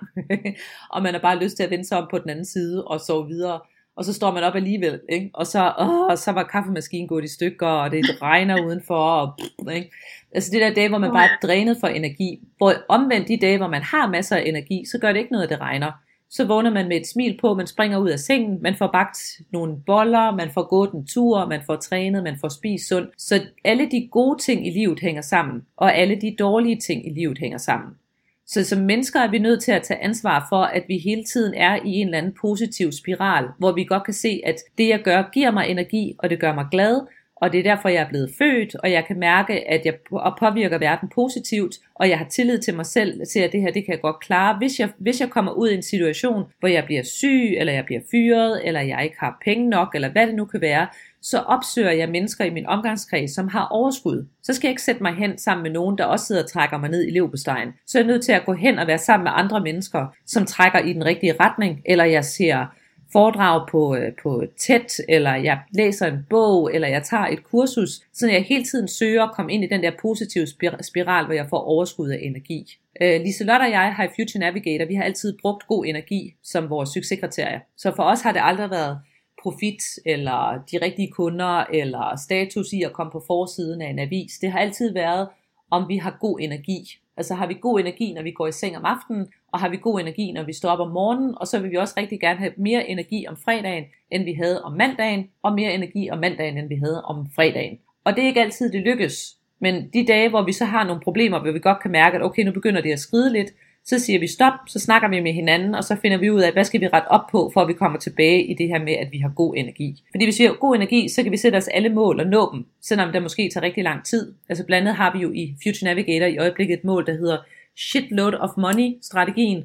Og man har bare lyst til at vende sig om på den anden side og sove videre. Og så står man op alligevel, ikke? Og så, åh, så var kaffemaskinen gået i stykker, og det regner udenfor. Og, ikke? Altså det der dage, hvor man bare er drænet for energi. Hvor omvendt de dage, hvor man har masser af energi, så gør det ikke noget, at det regner. Så vågner man med et smil på, man springer ud af sengen, man får bagt nogle boller, man får gået en tur, man får trænet, man får spist sundt. Så alle de gode ting i livet hænger sammen, og alle de dårlige ting i livet hænger sammen. Så som mennesker er vi nødt til at tage ansvar for, at vi hele tiden er i en eller anden positiv spiral, hvor vi godt kan se, at det jeg gør giver mig energi, og det gør mig glad, og det er derfor, jeg er blevet født, og jeg kan mærke, at jeg påvirker verden positivt, og jeg har tillid til mig selv, til at det her, det kan jeg godt klare. Hvis jeg, hvis jeg kommer ud i en situation, hvor jeg bliver syg, eller jeg bliver fyret, eller jeg ikke har penge nok, eller hvad det nu kan være, så opsøger jeg mennesker i min omgangskreds, som har overskud. Så skal jeg ikke sætte mig hen sammen med nogen, der også sidder og trækker mig ned i leverpostejen. Så er jeg nødt til at gå hen og være sammen med andre mennesker, som trækker i den rigtige retning, eller jeg ser foredrag på, på TED, eller jeg læser en bog, eller jeg tager et kursus, så jeg hele tiden søger at komme ind i den der positive spiral, hvor jeg får overskud af energi. Uh, Liselotte og jeg har i Future Navigator, vi har altid brugt god energi som vores succeskriterie. Så for os har det aldrig været profit, eller de rigtige kunder, eller status i at komme på forsiden af en avis. Det har altid været, om vi har god energi. Altså har vi god energi, når vi går i seng om aftenen, og har vi god energi, når vi står op om morgenen, og så vil vi også rigtig gerne have mere energi om fredagen, end vi havde om mandagen, og mere energi om mandagen, end vi havde om fredagen. Og det er ikke altid, det lykkes. Men de dage, hvor vi så har nogle problemer, hvor vi godt kan mærke, at okay, nu begynder det at skride lidt, så siger vi stop, så snakker vi med hinanden, og så finder vi ud af, hvad skal vi rette op på, for at vi kommer tilbage i det her med, at vi har god energi. Fordi hvis vi har god energi, så kan vi sætte os alle mål og nå dem, selvom det måske tager rigtig lang tid. Altså blandt andet har vi jo i Future Navigator i øjeblikket et mål, der hedder shitload of money-strategien.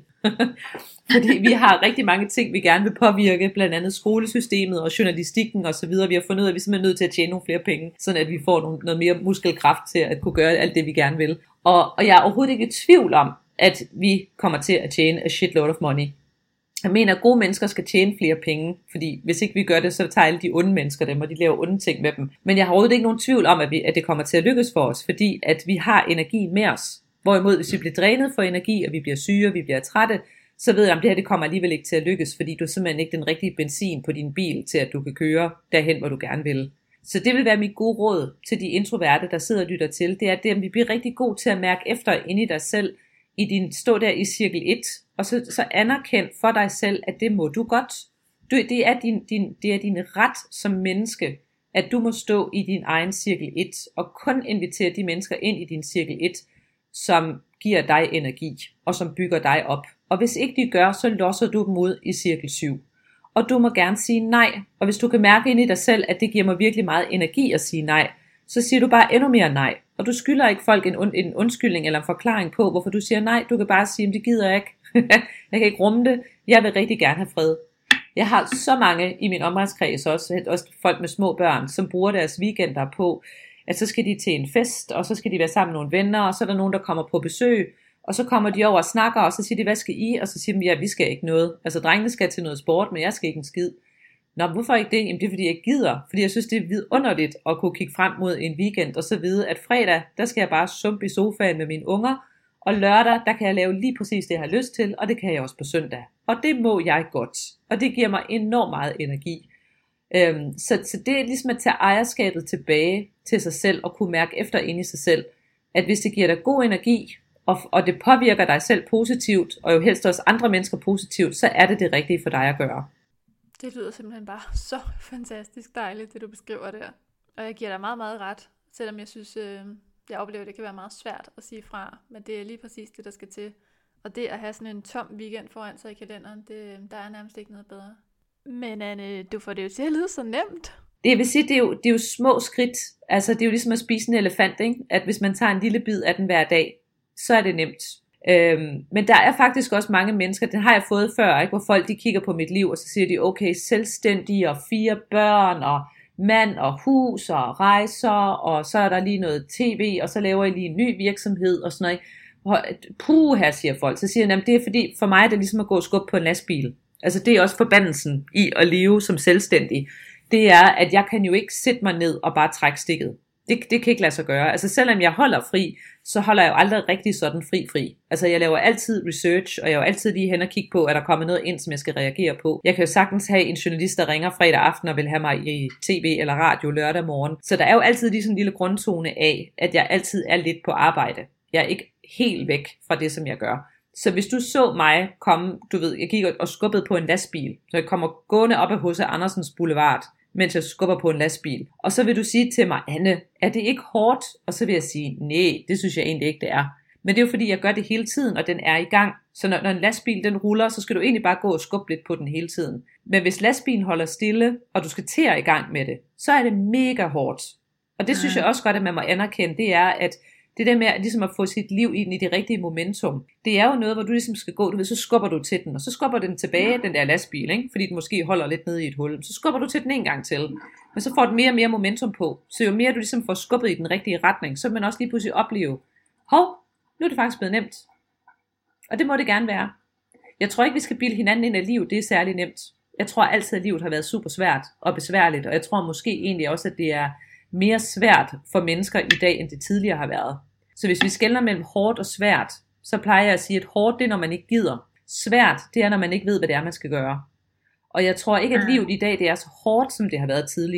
Fordi vi har rigtig mange ting, vi gerne vil påvirke, blandt andet skolesystemet og journalistikken osv. Vi har fundet ud af, at vi simpelthen er nødt til at tjene nogle flere penge, sådan at vi får nogle, noget mere muskelkraft til at kunne gøre alt det, vi gerne vil. Og, og jeg er overhovedet ikke i tvivl om, at vi kommer til at tjene a shitload of money. Jeg mener, at gode mennesker skal tjene flere penge, fordi hvis ikke vi gør det, så tager alle de onde mennesker dem, og de laver onde ting med dem. Men jeg har overhovedet ikke nogen tvivl om, at, vi, at det kommer til at lykkes for os, fordi at vi har energi med os. Hvorimod, hvis vi bliver drænet for energi, og vi bliver syge, og vi bliver trætte, så ved jeg, om det her det kommer alligevel ikke til at lykkes, fordi du er simpelthen ikke den rigtige benzin på din bil, til at du kan køre derhen, hvor du gerne vil. Så det vil være mit gode råd til de introverte, der sidder og lytter til, det er, det, at vi bliver rigtig god til at mærke efter inde i dig selv, i din, stå der i cirkel et, og så, så anerkend for dig selv, at det må du godt. Du, det, er din, din, det er din ret som menneske, at du må stå i din egen cirkel et, og kun invitere de mennesker ind i din cirkel et, som giver dig energi, og som bygger dig op. Og hvis ikke de gør, så losser du dem ud i cirkel syv. Og du må gerne sige nej, og hvis du kan mærke ind i dig selv, at det giver mig virkelig meget energi at sige nej, så siger du bare endnu mere nej. Og du skylder ikke folk en, und, en undskyldning eller en forklaring på, hvorfor du siger nej. Du kan bare sige, at det gider jeg ikke. Jeg kan ikke rumme det. Jeg vil rigtig gerne have fred. Jeg har så mange i min omgangskreds også, også folk med små børn, som bruger deres weekender på, at så skal de til en fest, og så skal de være sammen med nogle venner, og så er der nogen, der kommer på besøg, og så kommer de over og snakker, og så siger de, hvad skal I? Og så siger de, ja, vi skal ikke noget. Altså drengene skal til noget sport, men jeg skal ikke en skid. Nå, hvorfor ikke det? Jamen det er fordi jeg gider, fordi jeg synes det er vidunderligt at kunne kigge frem mod en weekend, og så vide, at fredag, der skal jeg bare sumpe i sofaen med mine unger, og lørdag, der kan jeg lave lige præcis det, jeg har lyst til, og det kan jeg også på søndag. Og det må jeg godt, og det giver mig enormt meget energi. Øhm, så, så det er ligesom at tage ejerskabet tilbage til sig selv, og kunne mærke efter inde i sig selv, at hvis det giver dig god energi, og, og det påvirker dig selv positivt, og jo helst også andre mennesker positivt, så er det det rigtige for dig at gøre. Det lyder simpelthen bare så fantastisk dejligt, det du beskriver der. Og jeg giver dig meget, meget ret, selvom jeg synes, øh, jeg oplever, at det kan være meget svært at sige fra. Men det er lige præcis det, der skal til. Og det at have sådan en tom weekend foran sig i kalenderen, det, der er nærmest ikke noget bedre. Men Anne, du får det jo til at lyde så nemt. Det jeg vil sige, det er, jo, det er jo små skridt. Altså det er jo ligesom at spise en elefant, ikke? At hvis man tager en lille bid af den hver dag, så er det nemt. Øhm, men der er faktisk også mange mennesker, den har jeg fået før, ikke? Hvor folk de kigger på mit liv, og så siger de, okay, selvstændige og fire børn, og mand og hus og rejser, og så er der lige noget tv, og så laver jeg lige en ny virksomhed og sådan noget. Puh, her siger folk. Så siger jeg, det er fordi, for mig er det ligesom at gå og skubbe på en lastbil. Altså det er også forbandelsen i at leve som selvstændig. Det er, at jeg kan jo ikke sætte mig ned og bare trække stikket. Det, det kan ikke lade sig gøre. Altså selvom jeg holder fri, så holder jeg jo aldrig rigtig sådan fri-fri. Altså jeg laver altid research, og jeg er jo altid lige hen og kigge på, at der kommer noget ind, som jeg skal reagere på. Jeg kan jo sagtens have en journalist, der ringer fredag aften og vil have mig i tv eller radio lørdag morgen. Så der er jo altid lige sådan en lille grundtone af, at jeg altid er lidt på arbejde. Jeg er ikke helt væk fra det, som jeg gør. Så hvis du så mig komme, du ved, jeg gik og skubbede på en lastbil, så jeg kommer gående op ad H C Andersens Boulevard, mens jeg skubber på en lastbil. Og så vil du sige til mig, Anne, er det ikke hårdt? Og så vil jeg sige, nej, det synes jeg egentlig ikke, det er. Men det er jo fordi, jeg gør det hele tiden, og den er i gang. Så når, når en lastbil den ruller, så skal du egentlig bare gå og skubbe lidt på den hele tiden. Men hvis lastbilen holder stille, og du skal til at i gang med det, så er det mega hårdt. Og det synes jeg også godt, at man må anerkende, det er, at det der med at, ligesom at få sit liv ind i det rigtige momentum, det er jo noget, hvor du ligesom skal gå, du ved, så skubber du til den, og så skubber den tilbage, ja. Den der lastbil, ikke? Fordi den måske holder lidt nede i et hul. Så skubber du til den en gang til, men så får den mere og mere momentum på. Så jo mere du ligesom får skubbet i den rigtige retning, så vil man også lige pludselig opleve, hov, nu er det faktisk blevet nemt. Og det må det gerne være. Jeg tror ikke, vi skal bilde hinanden ind, at livet det er særlig nemt. Jeg tror altid, at livet har været super svært og besværligt, og jeg tror måske egentlig også, at det er mere svært for mennesker i dag, end det tidligere har været. Så hvis vi skelner mellem hårdt og svært, så plejer jeg at sige, at hårdt det er, når man ikke gider. Svært, det er, når man ikke ved, hvad det er, man skal gøre. Og jeg tror ikke, at livet i dag det er så hårdt, som det har været tidligere.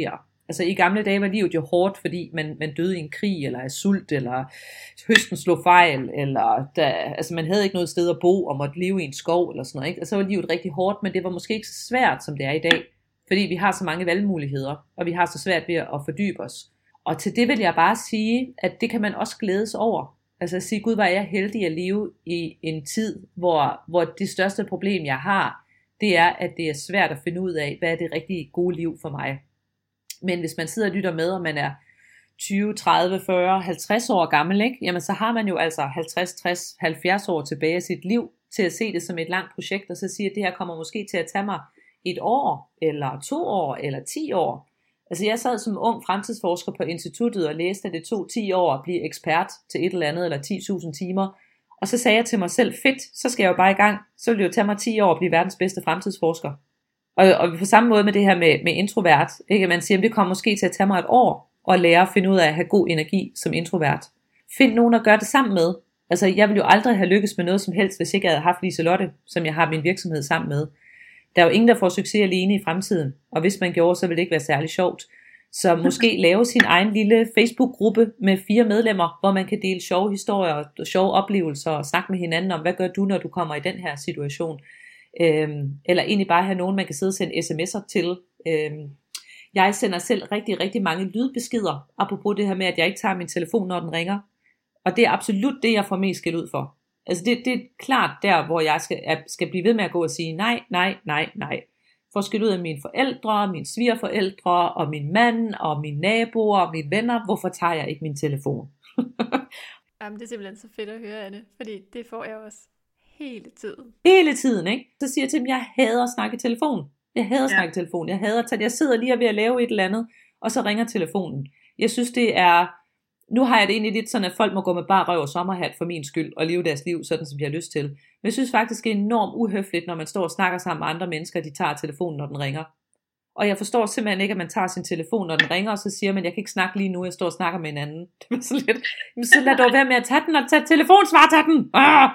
Altså i gamle dage var livet jo hårdt, fordi man, man døde i en krig, eller af sult, eller høsten slog fejl, eller der, altså man havde ikke noget sted at bo, og måtte leve i en skov, eller sådan noget, ikke? Og så var livet rigtig hårdt, men det var måske ikke så svært, som det er i dag, fordi vi har så mange valgmuligheder, og vi har så svært ved at fordybe os. Og til det vil jeg bare sige, at det kan man også glædes over. Altså at sige, gud, hvor er jeg heldig at leve i en tid, hvor, hvor det største problem, jeg har, det er, at det er svært at finde ud af, hvad er det rigtig gode liv for mig. Men hvis man sidder og lytter med, og man er tyve, tredive, fyrre, halvtreds år gammel, ikke? Jamen så har man jo altså halvtreds, tres, halvfjerds år tilbage i sit liv, til at se det som et langt projekt, og så sige, at det her kommer måske til at tage mig et år, eller to år, eller ti år. Altså jeg sad som ung fremtidsforsker på instituttet og læste, at det tog ti år at blive ekspert til et eller andet, eller ti tusind timer. Og så sagde jeg til mig selv, fedt, så skal jeg jo bare i gang. Så vil det jo tage mig ti år at blive verdens bedste fremtidsforsker. Og, og på samme måde med det her med, med introvert, ikke? Man siger, at det kommer måske til at tage mig et år at lære at finde ud af at have god energi som introvert. Find nogen at gøre det sammen med. Altså jeg ville jo aldrig have lykkes med noget som helst, hvis ikke jeg havde haft Liselotte, som jeg har min virksomhed sammen med. Der er jo ingen, der får succes alene i fremtiden, og hvis man gjorde, så ville det ikke være særlig sjovt. Så måske lave sin egen lille Facebook-gruppe med fire medlemmer, hvor man kan dele sjove historier og sjove oplevelser og snakke med hinanden om, hvad gør du, når du kommer i den her situation. Øhm, eller egentlig bare have nogen, man kan sidde og sende sms'er til. Øhm, jeg sender selv rigtig, rigtig mange lydbeskeder, apropos det her med, at jeg ikke tager min telefon, når den ringer. Og det er absolut det, jeg får mest skæld ud for. Altså det, det er klart der, hvor jeg skal, skal blive ved med at gå og sige nej, nej, nej, nej. For at skille ud af mine forældre, mine svigerforældre, og min mand, og mine naboer, og mine venner. Hvorfor tager jeg ikke min telefon? Jamen det er simpelthen så fedt at høre, Anne, fordi det får jeg også hele tiden. Hele tiden, ikke? Så siger jeg til dem, jeg hader at snakke i telefon. Jeg hader at snakke i telefon. Jeg hader at jeg sidder lige og ved at lave et eller andet, og så ringer telefonen. Jeg synes det er... Nu har jeg det egentlig lidt sådan, at folk må gå med bare røv og sommerhat for min skyld, og leve deres liv sådan, som de har lyst til. Men jeg synes faktisk, det er enormt uhøfligt, når man står og snakker sammen med andre mennesker, de tager telefonen, når den ringer. Og jeg forstår simpelthen ikke, at man tager sin telefon, når den ringer, og så siger man, jeg kan ikke snakke lige nu, jeg står og snakker med en anden. Det er så lidt, men så lad dog være med at tage den, og tage telefon, svar, tag den! Ah!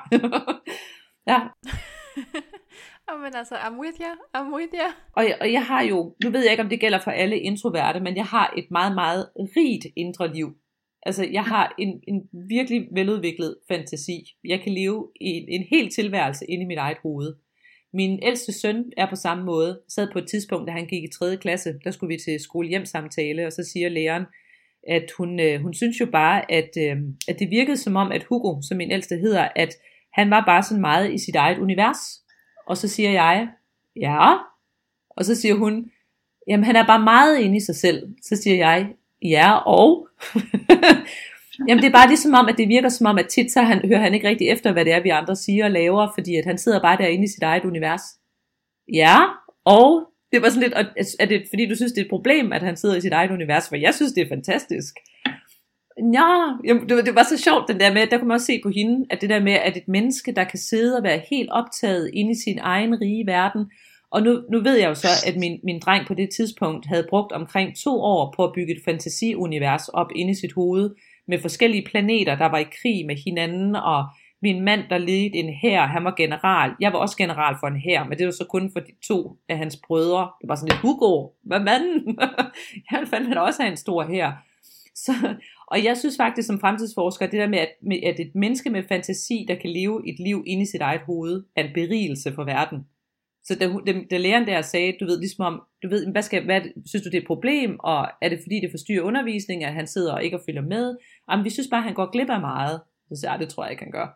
Ja. Oh, men altså, I'm with you, I'm with you. Og jeg, og jeg har jo, nu ved jeg ikke, om det gælder for alle introverte, men jeg har et meget, meget rigt indre liv. Altså, jeg har en, en virkelig veludviklet fantasi. Jeg kan leve i en, en hel tilværelse inde i mit eget hoved. Min ældste søn er på samme måde. Sad på et tidspunkt, da han gik i tredje klasse, der skulle vi til skole-hjem-samtale, og så siger læreren, at hun, øh, hun synes jo bare, at, øh, at det virkede som om, at Hugo, som min ældste hedder, at han var bare sådan meget i sit eget univers. Og så siger jeg, ja. Og så siger hun, jamen han er bare meget inde i sig selv. Så siger jeg, ja og. Jamen det er bare ligesom om, at det virker som om, at tit så han, hører han ikke rigtig efter, hvad det er, vi andre siger og laver, fordi at han sidder bare derinde i sit eget univers. Ja, og det var sådan lidt, er det fordi du synes, det er et problem, at han sidder i sit eget univers, for jeg synes, det er fantastisk. Ja, jamen, det, var, det var så sjovt den der med, der kunne man også se på hende, at det der med, at et menneske, der kan sidde og være helt optaget inde i sin egen rige verden, og nu, nu ved jeg jo så, at min, min dreng på det tidspunkt havde brugt omkring to år på at bygge et fantasiunivers op inde i sit hoved, med forskellige planeter, der var i krig med hinanden, og min mand, der ledte en hær, han var general. Jeg var også general for en hær, men det var så kun for de to af hans brødre. Det var sådan lidt, Hugo, hvad manden? Jeg fandt han også have en stor hær. Så, og jeg synes faktisk som fremtidsforsker, det der med at, med, at et menneske med fantasi, der kan leve et liv inde i sit eget hoved, er en berigelse for verden. Så da, da, da læreren der sagde, du ved ligesom om, du ved, hvad skal, hvad, synes du det er et problem, og er det fordi det forstyrrer undervisningen, at han sidder og ikke følger med? Jamen vi synes bare, at han går glip af meget. Så siger jeg, det tror jeg ikke, han gør.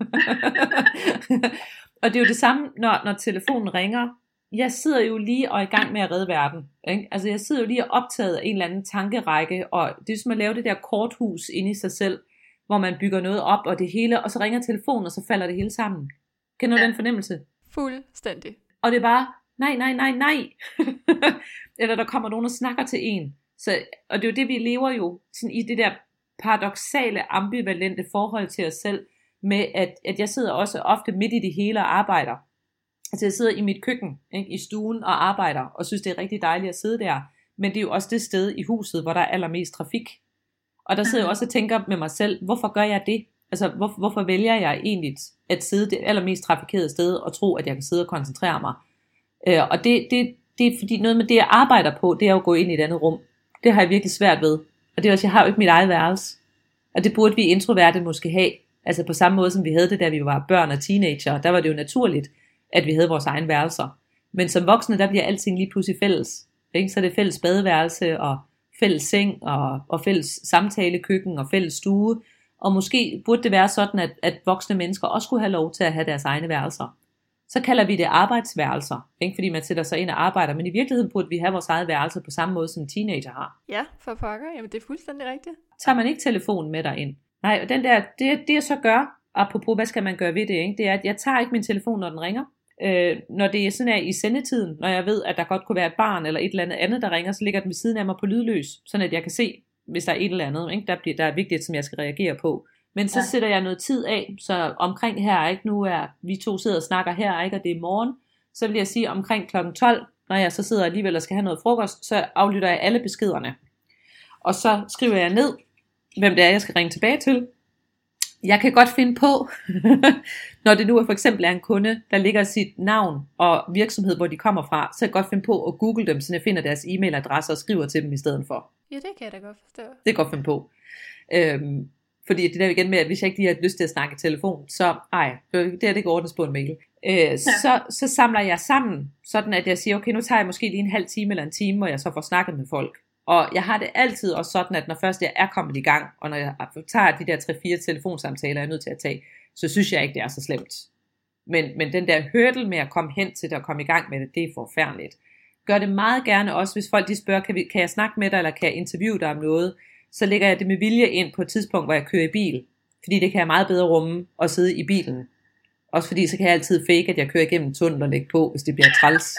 Og det er jo det samme, når, når telefonen ringer. Jeg sidder jo lige og er i gang med at redde verden. Ikke? Altså jeg sidder jo lige og optaget af en eller anden tankerække, og det er som at lave det der korthus inde i sig selv, hvor man bygger noget op, og det hele, og så ringer telefonen, og så falder det hele sammen. Kender du den fornemmelse? Fuldstændig. Og det er bare, nej, nej, nej, nej. Eller der kommer nogen og snakker til en. Så, og det er jo det, vi lever jo sådan i det der paradoksale, ambivalente forhold til os selv, med at, at jeg sidder også ofte midt i det hele og arbejder. Altså jeg sidder i mit køkken, ikke, i stuen og arbejder, og synes det er rigtig dejligt at sidde der. Men det er jo også det sted i huset, hvor der er allermest trafik. Og der sidder jeg også og tænker med mig selv, hvorfor gør jeg det? Altså hvor, hvorfor vælger jeg egentlig at sidde det allermest trafikerede sted, og tro, at jeg kan sidde og koncentrere mig? Øh, og det, det, det er fordi noget med det, jeg arbejder på, det er jo at gå ind i et andet rum. Det har jeg virkelig svært ved. Og det er også, jeg har jo ikke mit eget værelse. Og det burde vi introverte måske have. Altså på samme måde som vi havde det, da vi var børn og teenager. Der var det jo naturligt, at vi havde vores egen værelser. Men som voksne, der bliver alting lige pludselig fælles. Ikke? Så er det fælles badeværelse, og fælles seng, og, og fælles samtalekøkken, og fælles stue. Og måske burde det være sådan, at, at voksne mennesker også skulle have lov til at have deres egne værelser. Så kalder vi det arbejdsværelser, ikke? Fordi man sætter sig ind og arbejder. Men i virkeligheden burde vi have vores eget værelse på samme måde, som teenager har. Ja, for pokker. Jamen det er fuldstændig rigtigt. Tager man ikke telefonen med dig ind? Nej, og den der, det, det jeg så gør, apropos hvad skal man gøre ved det, ikke? Det er, at jeg tager ikke min telefon, når den ringer. Øh, når det er sådan her i sendetiden, når jeg ved, at der godt kunne være et barn eller et eller andet andet, der ringer, så ligger den ved siden af mig på lydløs, sådan at jeg kan se, hvis der er et eller andet, ikke? Der, bliver, der er vigtigt, som jeg skal reagere på. Men så ja. sætter jeg noget tid af, så omkring her, ikke? Nu er vi to sidder og snakker her, ikke? Og det er morgen, så vil jeg sige omkring klokken tolv, når jeg så sidder alligevel og skal have noget frokost, så aflytter jeg alle beskederne. Og så skriver jeg ned, hvem det er, jeg skal ringe tilbage til. Jeg kan godt finde på, når det nu er for eksempel er en kunde, der ligger sit navn og virksomhed, hvor de kommer fra, så kan jeg godt finde på at google dem, så jeg finder deres e-mailadresse og skriver til dem i stedet for. Ja, det kan jeg da godt forstå. Det kan jeg godt finde på. Øhm, fordi det der igen med, at hvis jeg ikke lige har lyst til at snakke i telefon, så ej, det er det ikke ordnes på en mail. Øh, ja. så, så samler jeg sammen, sådan at jeg siger, okay, nu tager jeg måske lige en halv time eller en time, hvor jeg så får snakket med folk. Og jeg har det altid også sådan, at når først jeg er kommet i gang, og når jeg tager de der tre fire telefonsamtaler, jeg er nødt til at tage, så synes jeg ikke, det er så slemt. Men, men den der hurdle med at komme hen til det og komme i gang med det, det er forfærdeligt. Gør det meget gerne også, hvis folk de spørger, kan, vi, kan jeg snakke med dig, eller kan jeg interviewe dig om noget, så lægger jeg det med vilje ind på et tidspunkt, hvor jeg kører i bil. Fordi det kan jeg meget bedre rumme at sidde i bilen. Også fordi så kan jeg altid fake, at jeg kører igennem en tunnel og lægge på, hvis det bliver træls.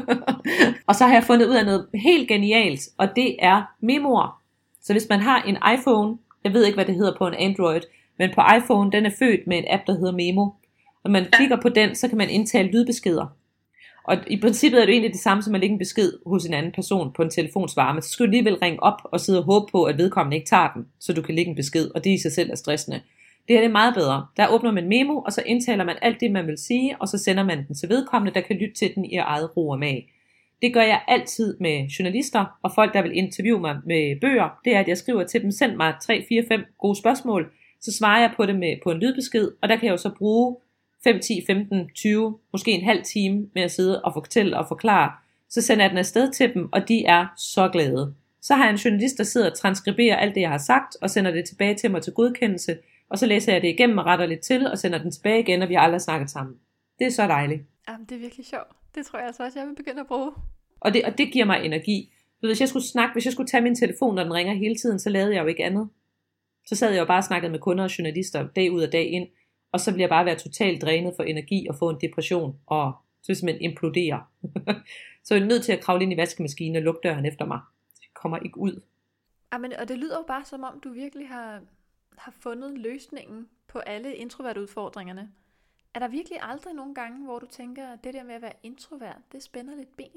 Og så har jeg fundet ud af noget helt genialt, og det er memoer. Så hvis man har en iPhone, jeg ved ikke hvad det hedder på en Android, men på iPhone, den er født med en app, der hedder Memo. Når man klikker på den, så kan man indtale lydbeskeder. Og i princippet er det egentlig det samme som at lægge en besked hos en anden person på en telefonsvarer, men så skal du alligevel ringe op og sidde og håbe på, at vedkommende ikke tager den, så du kan lægge en besked, og det i sig selv er stressende. Det her det er meget bedre. Der åbner man memo, og så indtaler man alt det, man vil sige, og så sender man den til vedkommende, der kan lytte til den i eget ro og mag. Det gør jeg altid med journalister og folk, der vil interviewe mig med bøger. Det er, at jeg skriver til dem, send mig tre, fire, fem gode spørgsmål, så svarer jeg på det med, på en lydbesked, og der kan jeg jo så bruge fem, ti, femten, tyve, måske en halv time med at sidde og fortælle og forklare. Så sender jeg den afsted til dem, og de er så glade. Så har jeg en journalist, der sidder og transkriberer alt det, jeg har sagt, og sender det tilbage til mig til godkendelse, og så læser jeg det igennem og retter lidt til, og sender den tilbage igen, og vi har aldrig snakket sammen. Det er så dejligt. Jamen, det er virkelig sjovt. Det tror jeg altså også, jeg vil begynde at bruge. Og det, og det giver mig energi. Hvis jeg skulle snakke, hvis jeg skulle tage min telefon, når den ringer hele tiden, så lavede jeg jo ikke andet. Så sad jeg jo bare og snakkede med kunder og journalister dag ud og dag ind, og så bliver jeg bare være totalt drænet for energi og få en depression, og så simpelthen implodere. Så jeg er nødt til at kravle ind i vaskemaskinen og lukke døren efter mig. Jeg kommer ikke ud. Jamen, og det lyder jo bare som om, du virkelig har, har fundet løsningen på alle introvert udfordringerne. Er der virkelig aldrig nogle gange, hvor du tænker, at det der med at være introvert, det spænder lidt ben?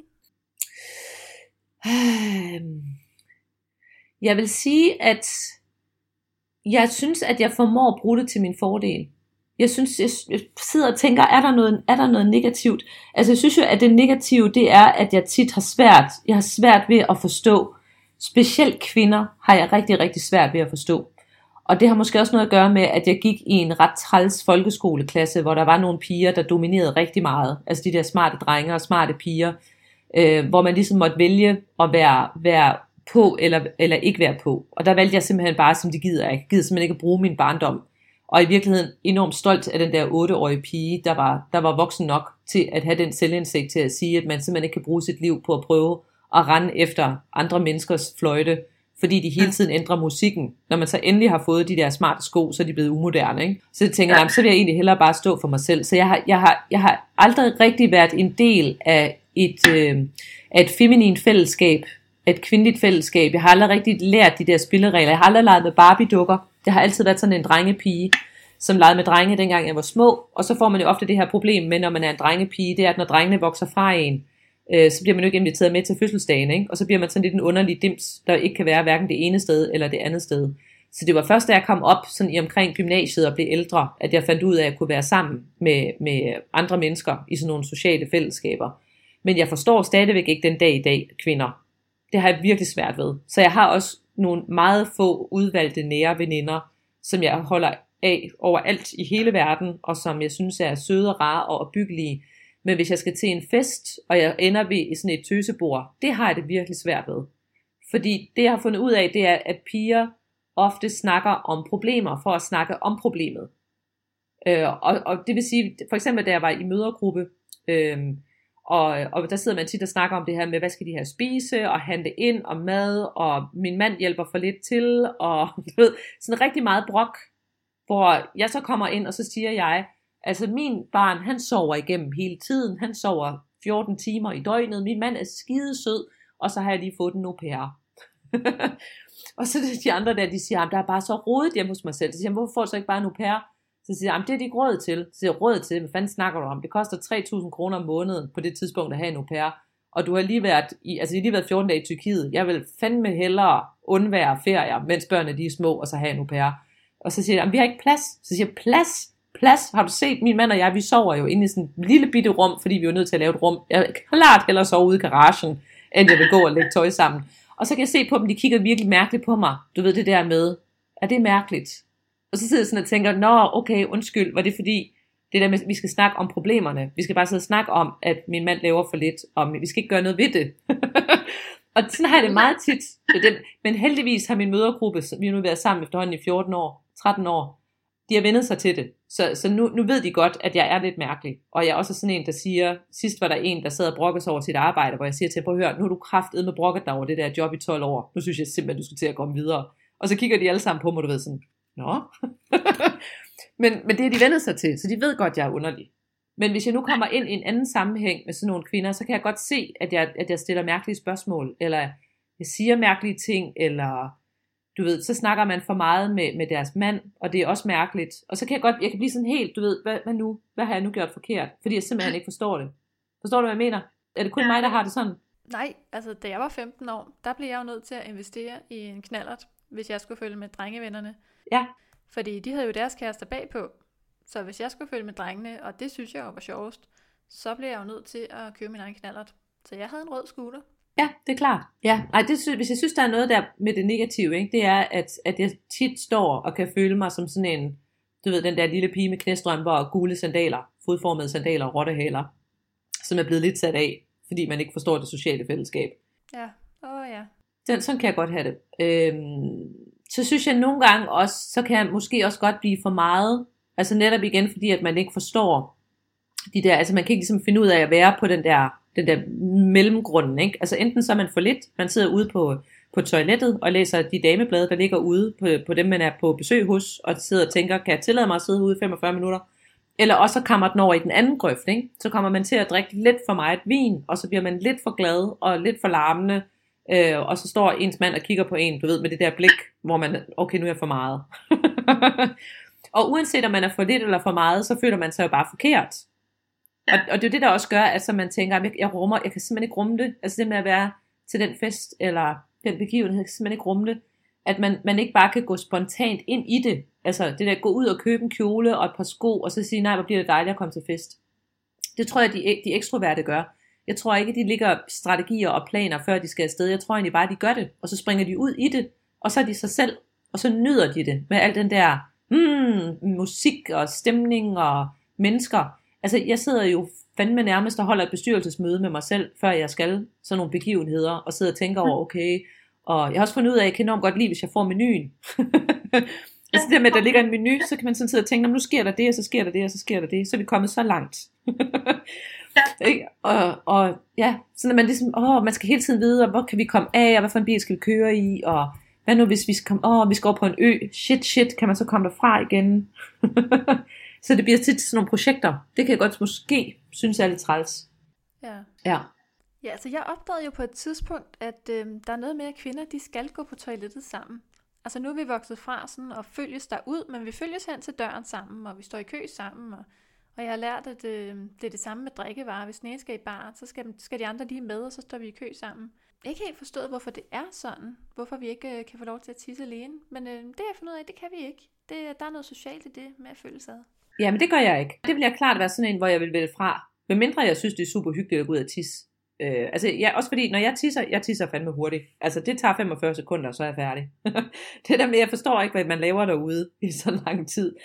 Jeg vil sige, at jeg synes, at jeg formår at bruge det til min fordel. Jeg synes, jeg sidder og tænker, er der noget, er der noget negativt? Altså jeg synes jo, at det negative, det er, at jeg tit har svært, jeg har svært ved at forstå. Specielt kvinder har jeg rigtig, rigtig svært ved at forstå. Og det har måske også noget at gøre med, at jeg gik i en ret træls folkeskoleklasse, hvor der var nogle piger, der dominerede rigtig meget. Altså de der smarte drenge og smarte piger, øh, hvor man ligesom måtte vælge at være, være på eller, eller ikke være på. Og der valgte jeg simpelthen bare, som de gider. Jeg gider simpelthen ikke at bruge min barndom. Og i virkeligheden enormt stolt af den der otteårige pige, der var, der var voksen nok til at have den selvindsigt til at sige, at man simpelthen ikke kan bruge sit liv på at prøve at rende efter andre menneskers fløjte, fordi de hele tiden ændrer musikken. Når man så endelig har fået de der smarte sko, så er de blevet umoderne, ikke? Så jeg tænker jeg, så vil jeg egentlig hellere bare stå for mig selv. Så jeg har, jeg har, jeg har aldrig rigtig været en del af et, øh, af et feminin fællesskab, et kvindeligt fællesskab. Jeg har aldrig rigtig lært de der spilleregler. Jeg har aldrig leget med Barbie-dukker. Det har altid været sådan en drengepige, som legede med drenge, dengang jeg var små. Og så får man jo ofte det her problem med, når man er en drengepige, det er, at når drengene vokser fra en, øh, så bliver man jo ikke inviteret med til fødselsdagen, ikke? Og så bliver man sådan lidt en underlig dims, der ikke kan være hverken det ene sted eller det andet sted. Så det var først, da jeg kom op sådan i omkring gymnasiet og blev ældre, at jeg fandt ud af, at jeg kunne være sammen med, med andre mennesker i sådan nogle sociale fællesskaber. Men jeg forstår stadigvæk ikke den dag i dag kvinder. det har jeg virkelig svært ved. Så jeg har også nogle meget få udvalgte nære veninder, som jeg holder af overalt i hele verden, og som jeg synes er søde og rare og opbyggelige. Men hvis jeg skal til en fest, og jeg ender ved i sådan et tøsebord, det har jeg det virkelig svært ved. Fordi det jeg har fundet ud af, det er, at piger ofte snakker om problemer, for at snakke om problemet. Øh, og, og det vil sige, for eksempel da jeg var i mødergruppe, øh, og, og der sidder man tit og snakker om det her med, hvad skal de her spise, og handle ind, og mad, og min mand hjælper for lidt til, og du ved, sådan rigtig meget brok, hvor jeg så kommer ind, og så siger jeg, altså min barn, han sover igennem hele tiden, han sover fjorten timer i døgnet, min mand er skidesød, og så har jeg lige fået en au pair. Og så de andre der, de siger, der er bare så rodet hjemme hos mig selv. Så siger jeg, hvorfor får du så ikke bare en au pair? Så siger jeg, det er de ikke råd til. Så siger jeg, råd til, hvad fanden snakker du om? Det koster tre tusind kroner om måneden på det tidspunkt at have en au pair. Og du har lige været, i, altså lige været fjorten dage i Tyrkiet. Jeg vil fandme hellere undvære ferier, mens børnene de er små, og så have en au pair. Og så siger jeg, vi har ikke plads. Så siger jeg, plads? Plads? Har du set, min mand og jeg, vi sover jo inde i sådan et lille bitte rum, fordi vi er nødt til at lave et rum. Jeg kan klart hellere sove ude i garagen, end jeg vil gå og lægge tøj sammen. Og så kan jeg se på dem, de kigger virkelig mærkeligt på mig. Du ved det der med, er det mærkeligt? Og så sidder jeg sådan og tænker, nå okay, undskyld, var det fordi, det der med, vi skal snakke om problemerne. Vi skal bare sidde og snakke om, at min mand laver for lidt, og vi skal ikke gøre noget ved det. Og sådan har jeg det meget tit. Men heldigvis har min mødergruppe, vi har nu været sammen efterhånden i fjorten år, tretten år, de har vendet sig til det. Så, så nu, nu ved de godt, at jeg er lidt mærkelig. Og jeg er også sådan en, der siger, sidst var der en, der sad og brokkede sig over sit arbejde, hvor jeg siger til ham, prøv at høre, nu har du kraftedet med brokket dig over det der job i tolv år. Nu synes jeg simpelthen, du skal til at komme videre. Og så kigger de alle sammen på mig, du ved sådan, nå. men, men det er de vendet sig til, så de ved godt, jeg er underlig. Men hvis jeg nu kommer ind i en anden sammenhæng med sådan nogle kvinder, så kan jeg godt se, at jeg, at jeg stiller mærkelige spørgsmål, eller jeg siger mærkelige ting, eller du ved, så snakker man for meget med, med deres mand, og det er også mærkeligt. Og så kan jeg godt, jeg kan blive sådan helt, du ved, hvad, hvad nu? Hvad har jeg nu gjort forkert? Fordi jeg simpelthen ikke forstår det. Forstår du, hvad jeg mener? Er det kun mig, der har det sådan? Nej, altså da jeg var femten år, der blev jeg jo nødt til at investere i en knallert, hvis jeg skulle følge med drengevennerne. Ja. Fordi de havde jo deres kærester bagpå. Så hvis jeg skulle følge med drengene, og det synes jeg jo var sjovest, så blev jeg jo nødt til at købe min egen knallert. Så jeg havde en rød scooter. Ja, det er klart. Ja. Ej, det, hvis jeg synes, der er noget der med det negative, ikke, det er, at, at jeg tit står og kan føle mig som sådan en, du ved, den der lille pige med knæstrømper og gule sandaler, fodformede sandaler og rottehaler, som er blevet lidt sat af, fordi man ikke forstår det sociale fællesskab. Ja, åh oh, ja. Den, sådan kan jeg godt have det. Øhm, så synes jeg nogle gange også, så kan jeg måske også godt blive for meget, altså netop igen, fordi at man ikke forstår de der, altså man kan ikke ligesom finde ud af at være på den der, den der mellemgrunden, ikke? Altså enten så er man for lidt, man sidder ude på, på toilettet og læser de dameblade, der ligger ude på, på dem, man er på besøg hos, og sidder og tænker, kan jeg tillade mig at sidde ude i femogfyrre minutter? Eller også kommer den over i den anden grøft, ikke? Så kommer man til at drikke lidt for meget vin, og så bliver man lidt for glad og lidt for larmende, øh, og så står ens mand og kigger på en, du ved, med det der blik, hvor man, okay, nu er jeg for meget. Og uanset om man er for lidt eller for meget, så føler man sig jo bare forkert. Og, og det er jo det, der også gør, at så man tænker, jeg, jeg, rummer, jeg kan simpelthen ikke rumme det. Altså det med at være til den fest, eller den begivenhed, jeg kan simpelthen ikke rumme det. At man, man ikke bare kan gå spontant ind i det. Altså det der, gå ud og købe en kjole og et par sko, og så sige, nej, hvor bliver det dejligt at komme til fest. Det tror jeg, de, de ekstroverte gør. Jeg tror ikke, de ligger strategier og planer, før de skal afsted. Jeg tror egentlig bare, de gør det. Og så springer de ud i det, og så er de sig selv. Og så nyder de det med al den der mm, musik og stemning og mennesker. Altså, jeg sidder jo fandme nærmest og holder et bestyrelsesmøde med mig selv, før jeg skal sådan nogle begivenheder, og sidder og tænker over, okay, og jeg har også fundet ud af, at jeg kan enormt godt lide, hvis jeg får menuen. Altså det med, at der ligger en menu, så kan man sådan sidde og tænke, nu sker der det, og så sker der det, og så sker der det, så er vi kommet så langt. Ja. og, og ja, sådan at man ligesom, åh, man skal hele tiden vide, og hvor kan vi komme af, og hvad for en bil skal vi køre i, og hvad nu hvis vi skal komme, åh, vi skal over på en ø, shit, shit, kan man så komme derfra igen? Så det bliver tit sådan nogle projekter. Det kan jeg godt måske synes er lidt træls. Ja. Ja. Ja, altså jeg opdagede jo på et tidspunkt, at øh, der er noget med, at kvinder, de skal gå på toilettet sammen. Altså nu er vi vokset fra sådan og følges derud, men vi følges hen til døren sammen, og vi står i kø sammen, og, og jeg har lært, at øh, det er det samme med drikkevarer. Hvis den ene skal i bar, så skal, skal de andre lige med, og så står vi i kø sammen. Jeg har ikke helt forstået, hvorfor det er sådan, hvorfor vi ikke øh, kan få lov til at tisse alene, men øh, det har jeg fundet ud af, det kan vi ikke. Det, der er noget socialt i det med at følge sig ad. Ja, men det gør jeg ikke. Det vil jeg klart være sådan en, hvor jeg vil vælge fra. Men mindre jeg synes, det er super hyggeligt at gå ud og tisse. Øh, altså, ja, også fordi, når jeg tisser, jeg tisser fandme hurtigt. Altså, det tager femogfyrre sekunder, og så er jeg færdig. Det der med, jeg forstår ikke, hvad man laver derude i så lang tid.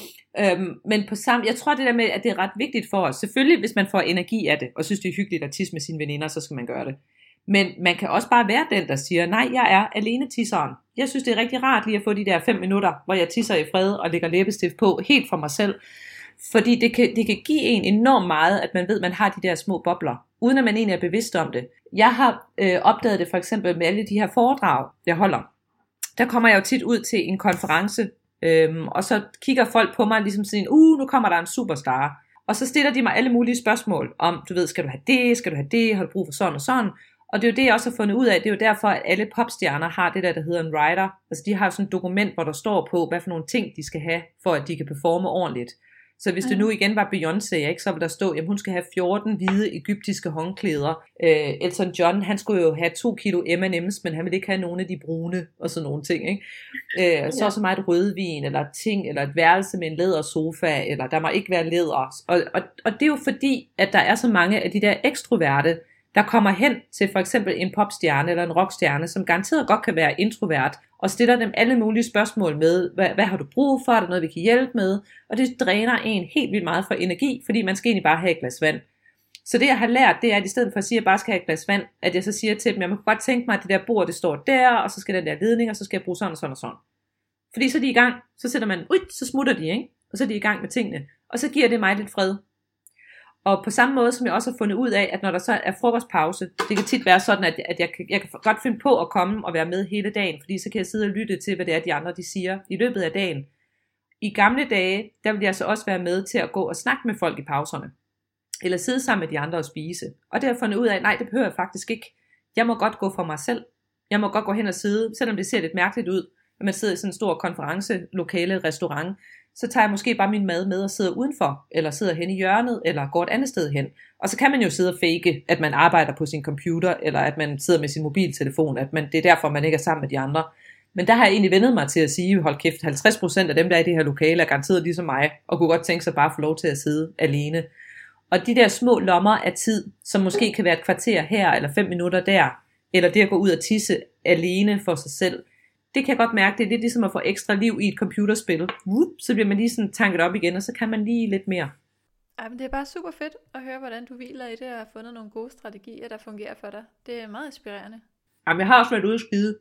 Øhm, men på samme, jeg tror det der med, at det er ret vigtigt for os. Selvfølgelig, hvis man får energi af det, og synes, det er hyggeligt at tisse med sine veninder, så skal man gøre det. Men man kan også bare være den, der siger, nej, jeg er alene tisseren. Jeg synes, det er rigtig rart lige at få de der fem minutter, hvor jeg tisser i fred og lægger læbestift på, helt for mig selv. Fordi det kan, det kan give en enormt meget, at man ved, at man har de der små bobler, uden at man egentlig er bevidst om det. Jeg har øh, opdaget det for eksempel med alle de her foredrag, jeg holder. Der kommer jeg jo tit ud til en konference, øhm, og så kigger folk på mig ligesom sådan, uh, nu kommer der en superstar. Og så stiller de mig alle mulige spørgsmål om, du ved, skal du have det, skal du have det, har du brug for sådan og sådan. Og det er jo det, jeg også har fundet ud af, det er jo derfor, at alle popstjerner har det der, der hedder en writer. Altså de har sådan et dokument, hvor der står på, hvad for nogle ting, de skal have, for at de kan performe ordentligt. Så hvis det nu igen var Beyoncé, ikke, så ville der stå, at hun skal have fjorten hvide egyptiske håndklæder. Øh, Elton John, han skulle jo have to kilo M and M's, men han ville ikke have nogen af de brune og sådan nogle ting. Ikke? Øh, så ja. Så meget rødvin, eller ting, eller et værelse med en lædersofa, eller der må ikke være læder. Og, og, og det er jo fordi, at der er så mange af de der ekstroverte, der kommer hen til for eksempel en popstjerne eller en rockstjerne, som garanteret godt kan være introvert, og stiller dem alle mulige spørgsmål med, hvad, hvad har du brug for, er der noget vi kan hjælpe med, og det dræner en helt vildt meget for energi, fordi man skal egentlig bare have et glas vand. Så det jeg har lært, det er, at i stedet for at sige, at jeg bare skal have et glas vand, at jeg så siger til dem, jeg må godt tænke mig, at det der bord, det står der, og så skal den der ledning, og så skal jeg bruge sådan og sådan og sådan. Fordi så er de i gang, så sætter man, ud, så smutter de, ikke? Og så er de i gang med tingene, og så giver det mig lidt fred. Og på samme måde, som jeg også har fundet ud af, at når der så er frokostpause, det kan tit være sådan, at, at jeg, jeg kan godt finde på at komme og være med hele dagen, fordi så kan jeg sidde og lytte til, hvad det er, de andre de siger i løbet af dagen. I gamle dage, der vil jeg så også være med til at gå og snakke med folk i pauserne, eller sidde sammen med de andre og spise. Og det har jeg fundet ud af, nej, det behøver jeg faktisk ikke. Jeg må godt gå for mig selv. Jeg må godt gå hen og sidde, selvom det ser lidt mærkeligt ud, når man sidder i sådan en stor konferencelokale, restaurant, så tager jeg måske bare min mad med og sidder udenfor, eller sidder hen i hjørnet, eller går et andet sted hen. Og så kan man jo sidde og fake, at man arbejder på sin computer, eller at man sidder med sin mobiltelefon, at man, det er derfor, man ikke er sammen med de andre. Men der har jeg egentlig vendet mig til at sige, hold kæft, halvtreds procent af dem, der er i det her lokale, er garanteret ligesom mig, og kunne godt tænke sig bare at få lov til at sidde alene. Og de der små lommer af tid, som måske kan være et kvarter her, eller fem minutter der, eller det at gå ud og tisse alene for sig selv, det kan jeg godt mærke, det er lidt ligesom at få ekstra liv i et computerspil. Så bliver man lige sådan tanket op igen, og så kan man lige lidt mere. Ej, men det er bare super fedt at høre, hvordan du hviler i det, og har fundet nogle gode strategier, der fungerer for dig. Det er meget inspirerende. Jamen, jeg har også været ude at skide.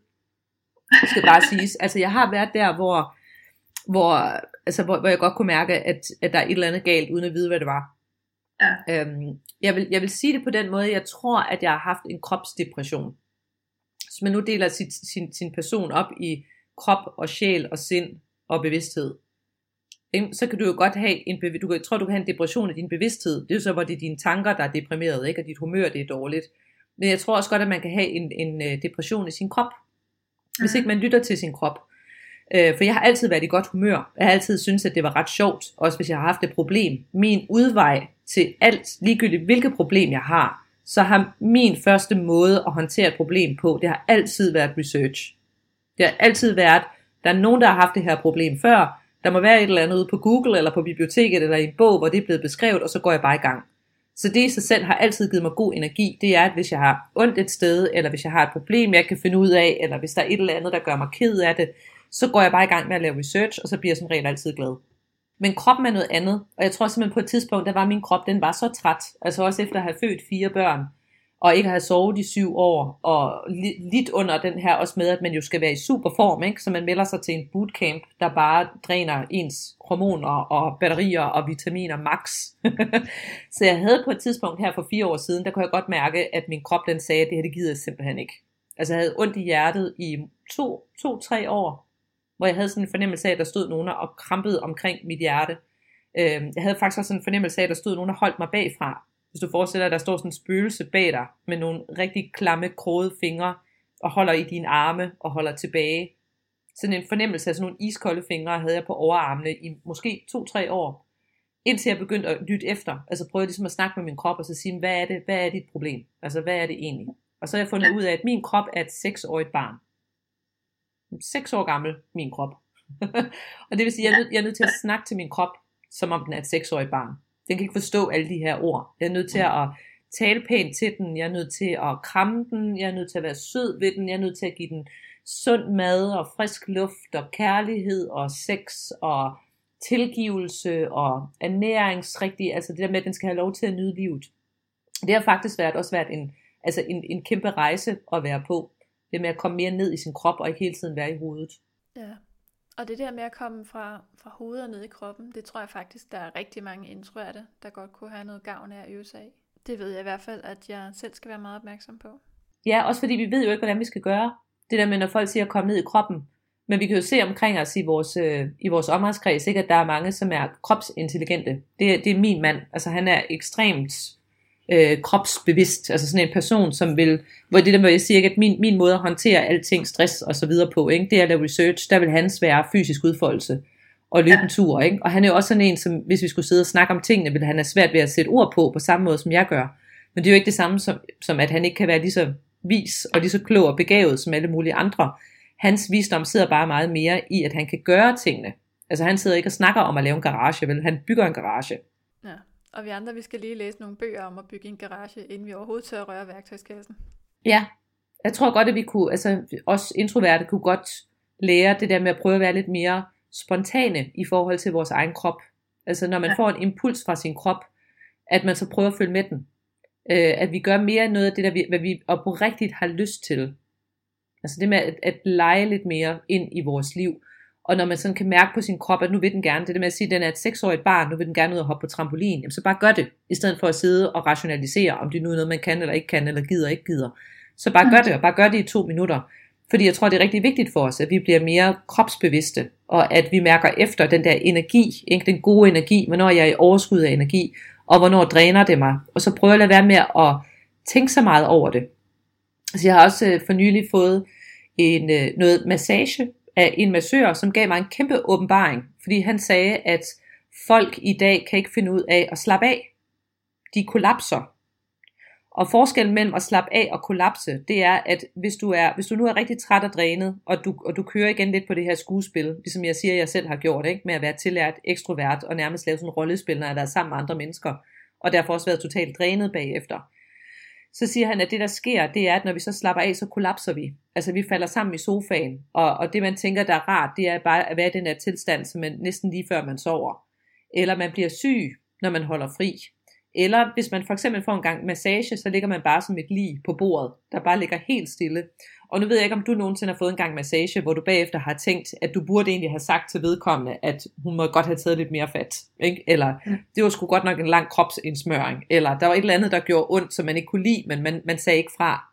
Det skal bare siges. Altså, jeg har været der, hvor, hvor, altså, hvor, hvor jeg godt kunne mærke, at, at der er et eller andet galt, uden at vide, hvad det var. Ja. Øhm, jeg, vil, jeg vil sige det på den måde, jeg tror, at jeg har haft en kropsdepression. Hvis man nu deler sin, sin, sin person op i krop og sjæl og sind og bevidsthed, så kan du jo godt have en, du kan, jeg tror du kan have en depression i din bevidsthed. Det er jo så, hvor det er dine tanker, der er deprimeret, ikke? Og dit humør, det er dårligt. Men jeg tror også godt, at man kan have en, en depression i sin krop, hvis ikke man lytter til sin krop. For jeg har altid været i godt humør. Jeg har altid syntes, at det var ret sjovt, også hvis jeg har haft et problem. Min udvej til alt, ligegyldigt hvilket problem jeg har, så har min første måde at håndtere et problem på, det har altid været research. Det har altid været, der er nogen, der har haft det her problem før, der må være et eller andet ude på Google, eller på biblioteket, eller i en bog, hvor det er blevet beskrevet, og så går jeg bare i gang. Så det i sig selv har altid givet mig god energi, det er, at hvis jeg har ondt et sted, eller hvis jeg har et problem, jeg kan finde ud af, eller hvis der er et eller andet, der gør mig ked af det, så går jeg bare i gang med at lave research, og så bliver jeg som regel altid glad. Men kroppen er noget andet, og jeg tror simpelthen på et tidspunkt, der var min krop, den var så træt, altså også efter at have født fire børn, og ikke have sovet i syv år, og lidt under den her også med, at man jo skal være i super form, ikke? Så man melder sig til en bootcamp, der bare dræner ens hormoner og batterier og vitaminer max. Så jeg havde på et tidspunkt her for fire år siden, der kunne jeg godt mærke, at min krop den sagde, at det her det gider jeg simpelthen ikke. Altså jeg havde ondt i hjertet i to, to, tre år, hvor jeg havde sådan en fornemmelse af, at der stod nogen og krampede omkring mit hjerte. Jeg havde faktisk også sådan en fornemmelse af, at der stod nogen og holdt mig bagfra. Hvis du forestiller dig, at der står sådan en spøgelse bag dig, med nogle rigtig klamme, krogede fingre, og holder i dine arme, og holder tilbage. Sådan en fornemmelse af sådan nogle iskolde fingre, havde jeg på overarmene i måske to-tre år. Indtil jeg begyndte at lytte efter. Altså prøvede ligesom at snakke med min krop, og så sige, hvad er det, hvad er dit problem? Altså hvad er det egentlig? Og så har jeg fundet ud af, at min krop er et seksårigt barn. Seks år gammel, min krop. Og det vil sige, at jeg er, nødt, jeg er nødt til at snakke til min krop, som om den er et seksårigt barn. Den kan ikke forstå alle de her ord. Jeg er nødt til at tale pænt til den, jeg er nødt til at kramme den, jeg er nødt til at være sød ved den, jeg er nødt til at give den sund mad og frisk luft og kærlighed og sex og tilgivelse og ernæringsrigtig, altså det der med, at den skal have lov til at nyde livet. Det har faktisk været, også været en, altså en, en kæmpe rejse at være på. Det med at komme mere ned i sin krop og ikke hele tiden være i hovedet. Ja, og det der med at komme fra, fra hovedet og ned i kroppen, det tror jeg faktisk, der er rigtig mange introverte, der godt kunne have noget gavn af at øve sig af. Det ved jeg i hvert fald, at jeg selv skal være meget opmærksom på. Ja, også fordi vi ved jo ikke, hvordan vi skal gøre. Det der med, når folk siger at komme ned i kroppen. Men vi kan jo se omkring os i vores, øh, i vores omgangskreds, ikke, at der er mange, som er kropsintelligente. Det, det er min mand. Altså han er ekstremt øh, kropsbevidst. Altså sådan en person, som vil, hvor det der med, jeg siger ikke, at min, min måde at håndtere alting, stress og så videre på, ikke, det er at lave research, der vil hans være fysisk udfoldelse og løbe en tur. Ikke? Og han er jo også sådan en, som hvis vi skulle sidde og snakke om tingene, ville han have svært ved at sætte ord på, på samme måde som jeg gør. Men det er jo ikke det samme som, som at han ikke kan være lige så vis og lige så klog og begavet som alle mulige andre. Hans visdom sidder bare meget mere i, at han kan gøre tingene. Altså han sidder ikke og snakker om at lave en garage, vel? Han bygger en garage. Ja, og vi andre, vi skal lige læse nogle bøger om at bygge en garage, inden vi overhovedet tør at røre værktøjskassen. Ja, jeg tror godt, at vi kunne, altså os introverte kunne godt lære det der med at prøve at være lidt mere spontane i forhold til vores egen krop. Altså når man ja. får en impuls fra sin krop, at man så prøver at følge med den. Øh, at vi gør mere noget af det, der vi, hvad vi oprigtigt har lyst til. Altså det med at, at lege lidt mere ind i vores liv. Og når man sådan kan mærke på sin krop, at nu vil den gerne, det der med at sige, at den er et seksårigt barn, nu vil den gerne ud og hoppe på trampolin, jamen så bare gør det, i stedet for at sidde og rationalisere, om det nu er noget, man kan eller ikke kan, eller gider ikke gider. Så bare gør det, og bare gør det i to minutter. Fordi jeg tror, det er rigtig vigtigt for os, at vi bliver mere kropsbevidste, og at vi mærker efter den der energi, ikke? Den gode energi, hvornår jeg er i overskud af energi, og hvornår dræner det mig. Og så prøver jeg at lade være med at tænke så meget over det. Så jeg har også øh, for nylig fået en, øh, noget massage af en massør, som gav mig en kæmpe åbenbaring, fordi han sagde, at folk i dag kan ikke finde ud af at slappe af. De kollapser. Og forskellen mellem at slappe af og kollapse, det er, at hvis du, er, hvis du nu er rigtig træt og drænet, og du, og du kører igen lidt på det her skuespil, ligesom jeg siger, jeg selv har gjort, ikke? Med at være tillært ekstrovert og nærmest lave sådan en rollespil, når jeg har været sammen med andre mennesker, og derfor også været totalt drænet bagefter. Så siger han, at det der sker, det er, at når vi så slapper af, så kollapser vi. Altså vi falder sammen i sofaen, og, og det man tænker, der er rart, det er bare at være i den der tilstand, som man næsten lige før man sover. Eller man bliver syg, når man holder fri. Eller hvis man for eksempel får en gang massage, så ligger man bare som et lig på bordet, der bare ligger helt stille. Og nu ved jeg ikke, om du nogensinde har fået en gang massage, hvor du bagefter har tænkt, at du burde egentlig have sagt til vedkommende, at hun må godt have taget lidt mere fat. Ikke? Eller det var sgu godt nok en lang kropsindsmøring. Eller der var et eller andet, der gjorde ondt, som man ikke kunne lide, men man, man sagde ikke fra.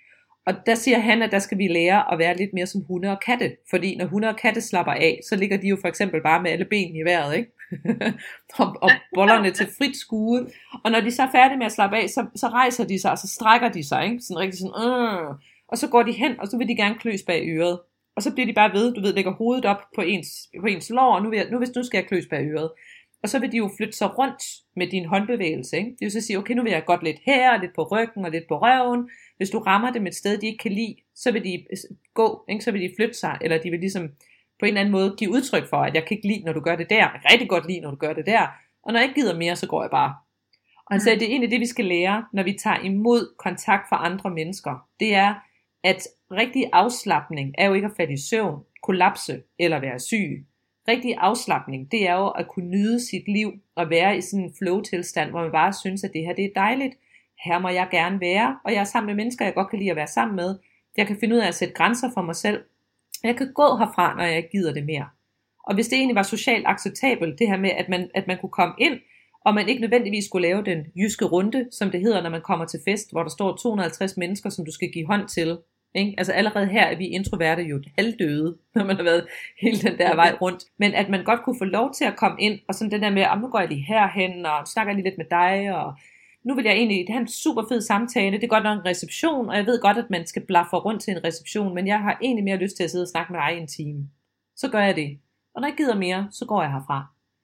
Og der siger han, at der skal vi lære at være lidt mere som hunde og katte. Fordi når hunde og katte slapper af, så ligger de jo for eksempel bare med alle ben i vejret, ikke? og, og bollerne til frit skue. Og når de så er færdige med at slappe af, så, så rejser de sig, og så strækker de sig, ikke? Sådan rigtig sådan, øh. Og så går de hen, og så vil de gerne kløs bag øret. Og så bliver de bare ved, du ved, lægger hovedet op på ens, på ens lår, og nu, vil jeg, nu, hvis nu skal jeg kløs bag øret. Og så vil de jo flytte sig rundt med din håndbevægelse, ikke? Det vil så sige, okay, nu vil jeg godt lidt her, lidt på ryggen og lidt på røven. Hvis du rammer dem et sted, de ikke kan lide, så vil de gå, ikke? Så vil de flytte sig, eller de vil ligesom på en eller anden måde give udtryk for, at jeg kan ikke lide, når du gør det der. Jeg kan rigtig godt lide, når du gør det der. Og når jeg ikke gider mere, så går jeg bare. Og han sagde, at det er egentlig det, vi skal lære, når vi tager imod kontakt fra andre mennesker. Det er, at rigtig afslapning er jo ikke at falde i søvn, kollapse eller være syg. Rigtig afslapning, det er jo at kunne nyde sit liv og være i sådan en flow-tilstand, hvor man bare synes, at det her det er dejligt. Her må jeg gerne være, og jeg er sammen med mennesker, jeg godt kan lide at være sammen med. Jeg kan finde ud af at sætte grænser for mig selv. Jeg kan gå herfra, når jeg ikke gider det mere. Og hvis det egentlig var socialt acceptabelt, det her med, at man, at man kunne komme ind, og man ikke nødvendigvis skulle lave den jyske runde, som det hedder, når man kommer til fest, hvor der står to hundrede og halvtreds mennesker, som du skal give hånd til. Ikke? Altså allerede her er vi introverte jo halvdøde, når man har været hele den der vej rundt. Men at man godt kunne få lov til at komme ind, og sådan den der med, at nu går jeg lige herhen, og snakker lige lidt med dig, og nu vil jeg egentlig have en super fed samtale. Det er godt nok en reception, og jeg ved godt, at man skal blaffe rundt til en reception, men jeg har egentlig mere lyst til at sidde og snakke med dig i en time. Så gør jeg det. Og når jeg gider mere, så går jeg herfra.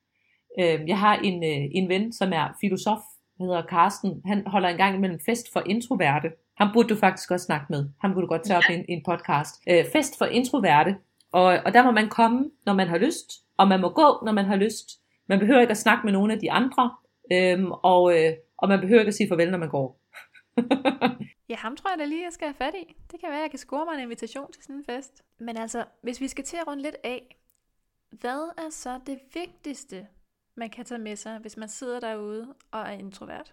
Jeg har en, en ven, som er filosof, hedder Karsten. Han holder en gang imellem fest for introverte. Ham burde du faktisk også snakke med. Ham burde du godt tage op i en, en podcast. Øh, fest for introverte. Og, og der må man komme, når man har lyst. Og man må gå, når man har lyst. Man behøver ikke at snakke med nogen af de andre. Øhm, og, øh, og man behøver ikke at sige farvel, når man går. Ja, ham tror jeg da lige, jeg skal have fat i. Det kan være, jeg kan score mig en invitation til sådan en fest. Men altså, hvis vi skal til at runde lidt af, hvad er så det vigtigste, man kan tage med sig, hvis man sidder derude og er introvert?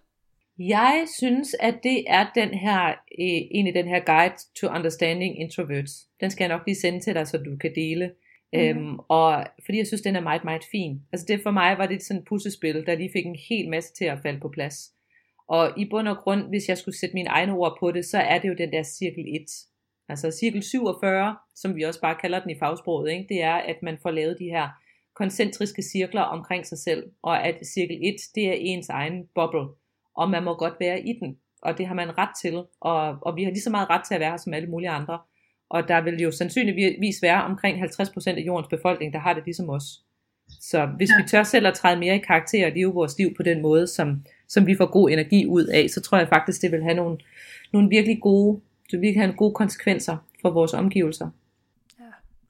Jeg synes, at det er den her, øh, egentlig den her Guide to Understanding Introverts. Den skal jeg nok lige sende til dig, så du kan dele. Mm. Øhm, og fordi jeg synes, den er meget, meget fin. Altså det for mig var det sådan et puslespil, der lige fik en hel masse til at falde på plads. Og i bund og grund, hvis jeg skulle sætte mine egne ord på det, så er det jo den der cirkel et. Altså cirkel syvogfyrre, som vi også bare kalder den i fagsproget, ikke? Det er, at man får lavet de her koncentriske cirkler omkring sig selv. Og at cirkel et, det er ens egen boble. Og man må godt være i den. Og det har man ret til. Og, og vi har lige så meget ret til at være her som alle mulige andre. Og der vil jo sandsynligvis være omkring halvtreds procent af jordens befolkning, der har det ligesom os. Så hvis ja. vi tør selv at træde mere i karakter og leve vores liv på den måde, som, som vi får god energi ud af, så tror jeg faktisk, det vil have nogle, nogle virkelig gode, det vil have nogle gode konsekvenser for vores omgivelser. Ja.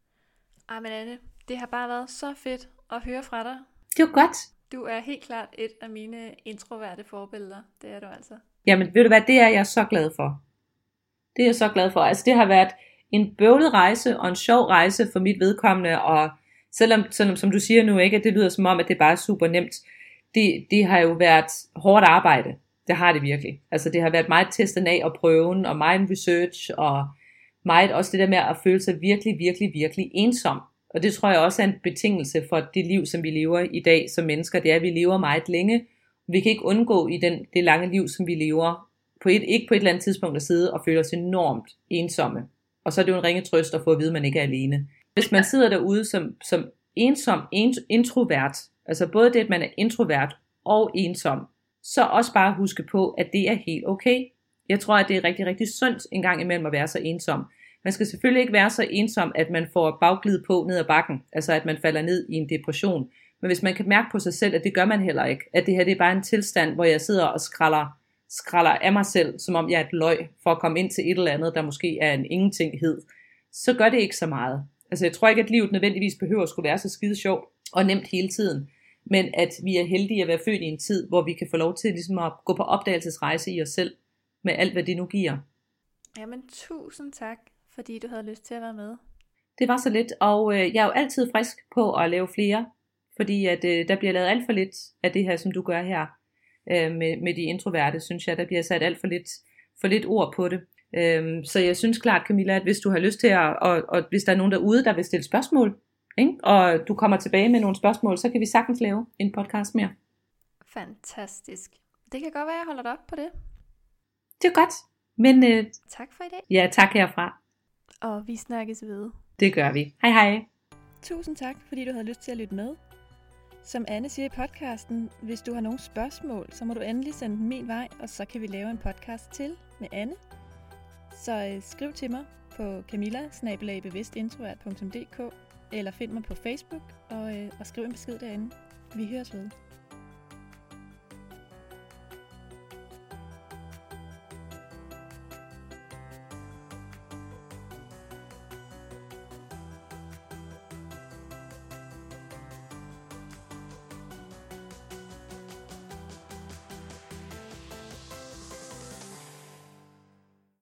Ej, men Anne, det har bare været så fedt at høre fra dig. Det var godt. Du er helt klart et af mine introverte forbilleder. Det er du altså. Jamen, ved du hvad, det er jeg så glad for. Det er jeg så glad for. Altså, det har været en bøvlet rejse og en sjov rejse for mit vedkommende, og selvom, selvom som du siger nu ikke, at det lyder som om, at det bare er super nemt, det, det har jo været hårdt arbejde. Det har det virkelig. Altså, det har været meget testen af og prøven, og meget research, og meget også det der med at føle sig virkelig, virkelig, virkelig ensom. Og det tror jeg også er en betingelse for det liv, som vi lever i dag som mennesker. Det er, at vi lever meget længe. Vi kan ikke undgå i den, det lange liv, som vi lever, på et, ikke på et eller andet tidspunkt at sidde og føle os enormt ensomme. Og så er det jo en ringe trøst at få at vide, at man ikke er alene. Hvis man sidder derude som, som ensom, introvert, altså både det, at man er introvert og ensom, så også bare huske på, at det er helt okay. Jeg tror, at det er rigtig, rigtig sundt en gang imellem at være så ensom. Man skal selvfølgelig ikke være så ensom, at man får bagglid på ned ad bakken, altså at man falder ned i en depression. Men hvis man kan mærke på sig selv, at det gør man heller ikke, at det her det er bare en tilstand, hvor jeg sidder og skralder, skralder af mig selv, som om jeg er et løg, for at komme ind til et eller andet, der måske er en ingentinghed, så gør det ikke så meget. Altså jeg tror ikke, at livet nødvendigvis behøver at skulle være så skide sjovt og nemt hele tiden, men at vi er heldige at være født i en tid, hvor vi kan få lov til ligesom at gå på opdagelsesrejse i os selv, med alt hvad det nu giver. Jamen tusind tak, fordi du havde lyst til at være med. Det var så lidt, og øh, jeg er jo altid frisk på at lave flere, fordi at øh, der bliver lavet alt for lidt af det her, som du gør her, øh, med, med de introverte, synes jeg, der bliver sat alt for lidt, for lidt ord på det. Øh, så jeg synes klart, Camilla, at hvis du har lyst til at, og, og hvis der er nogen derude, der vil stille spørgsmål, ikke? Og du kommer tilbage med nogle spørgsmål, så kan vi sagtens lave en podcast mere. Fantastisk. Det kan godt være, jeg holder dig op på det. Det er godt, men øh, tak for i dag. Ja, tak herfra. Og vi snakkes ved. Det gør vi. Hej hej. Tusind tak, fordi du havde lyst til at lytte med. Som Anne siger i podcasten, hvis du har nogle spørgsmål, så må du endelig sende dem min vej, og så kan vi lave en podcast til med Anne. Så øh, skriv til mig på camilla bindestreg bevidstintrovert punktum d k eller find mig på Facebook og, øh, og skriv en besked derinde. Vi høres ved.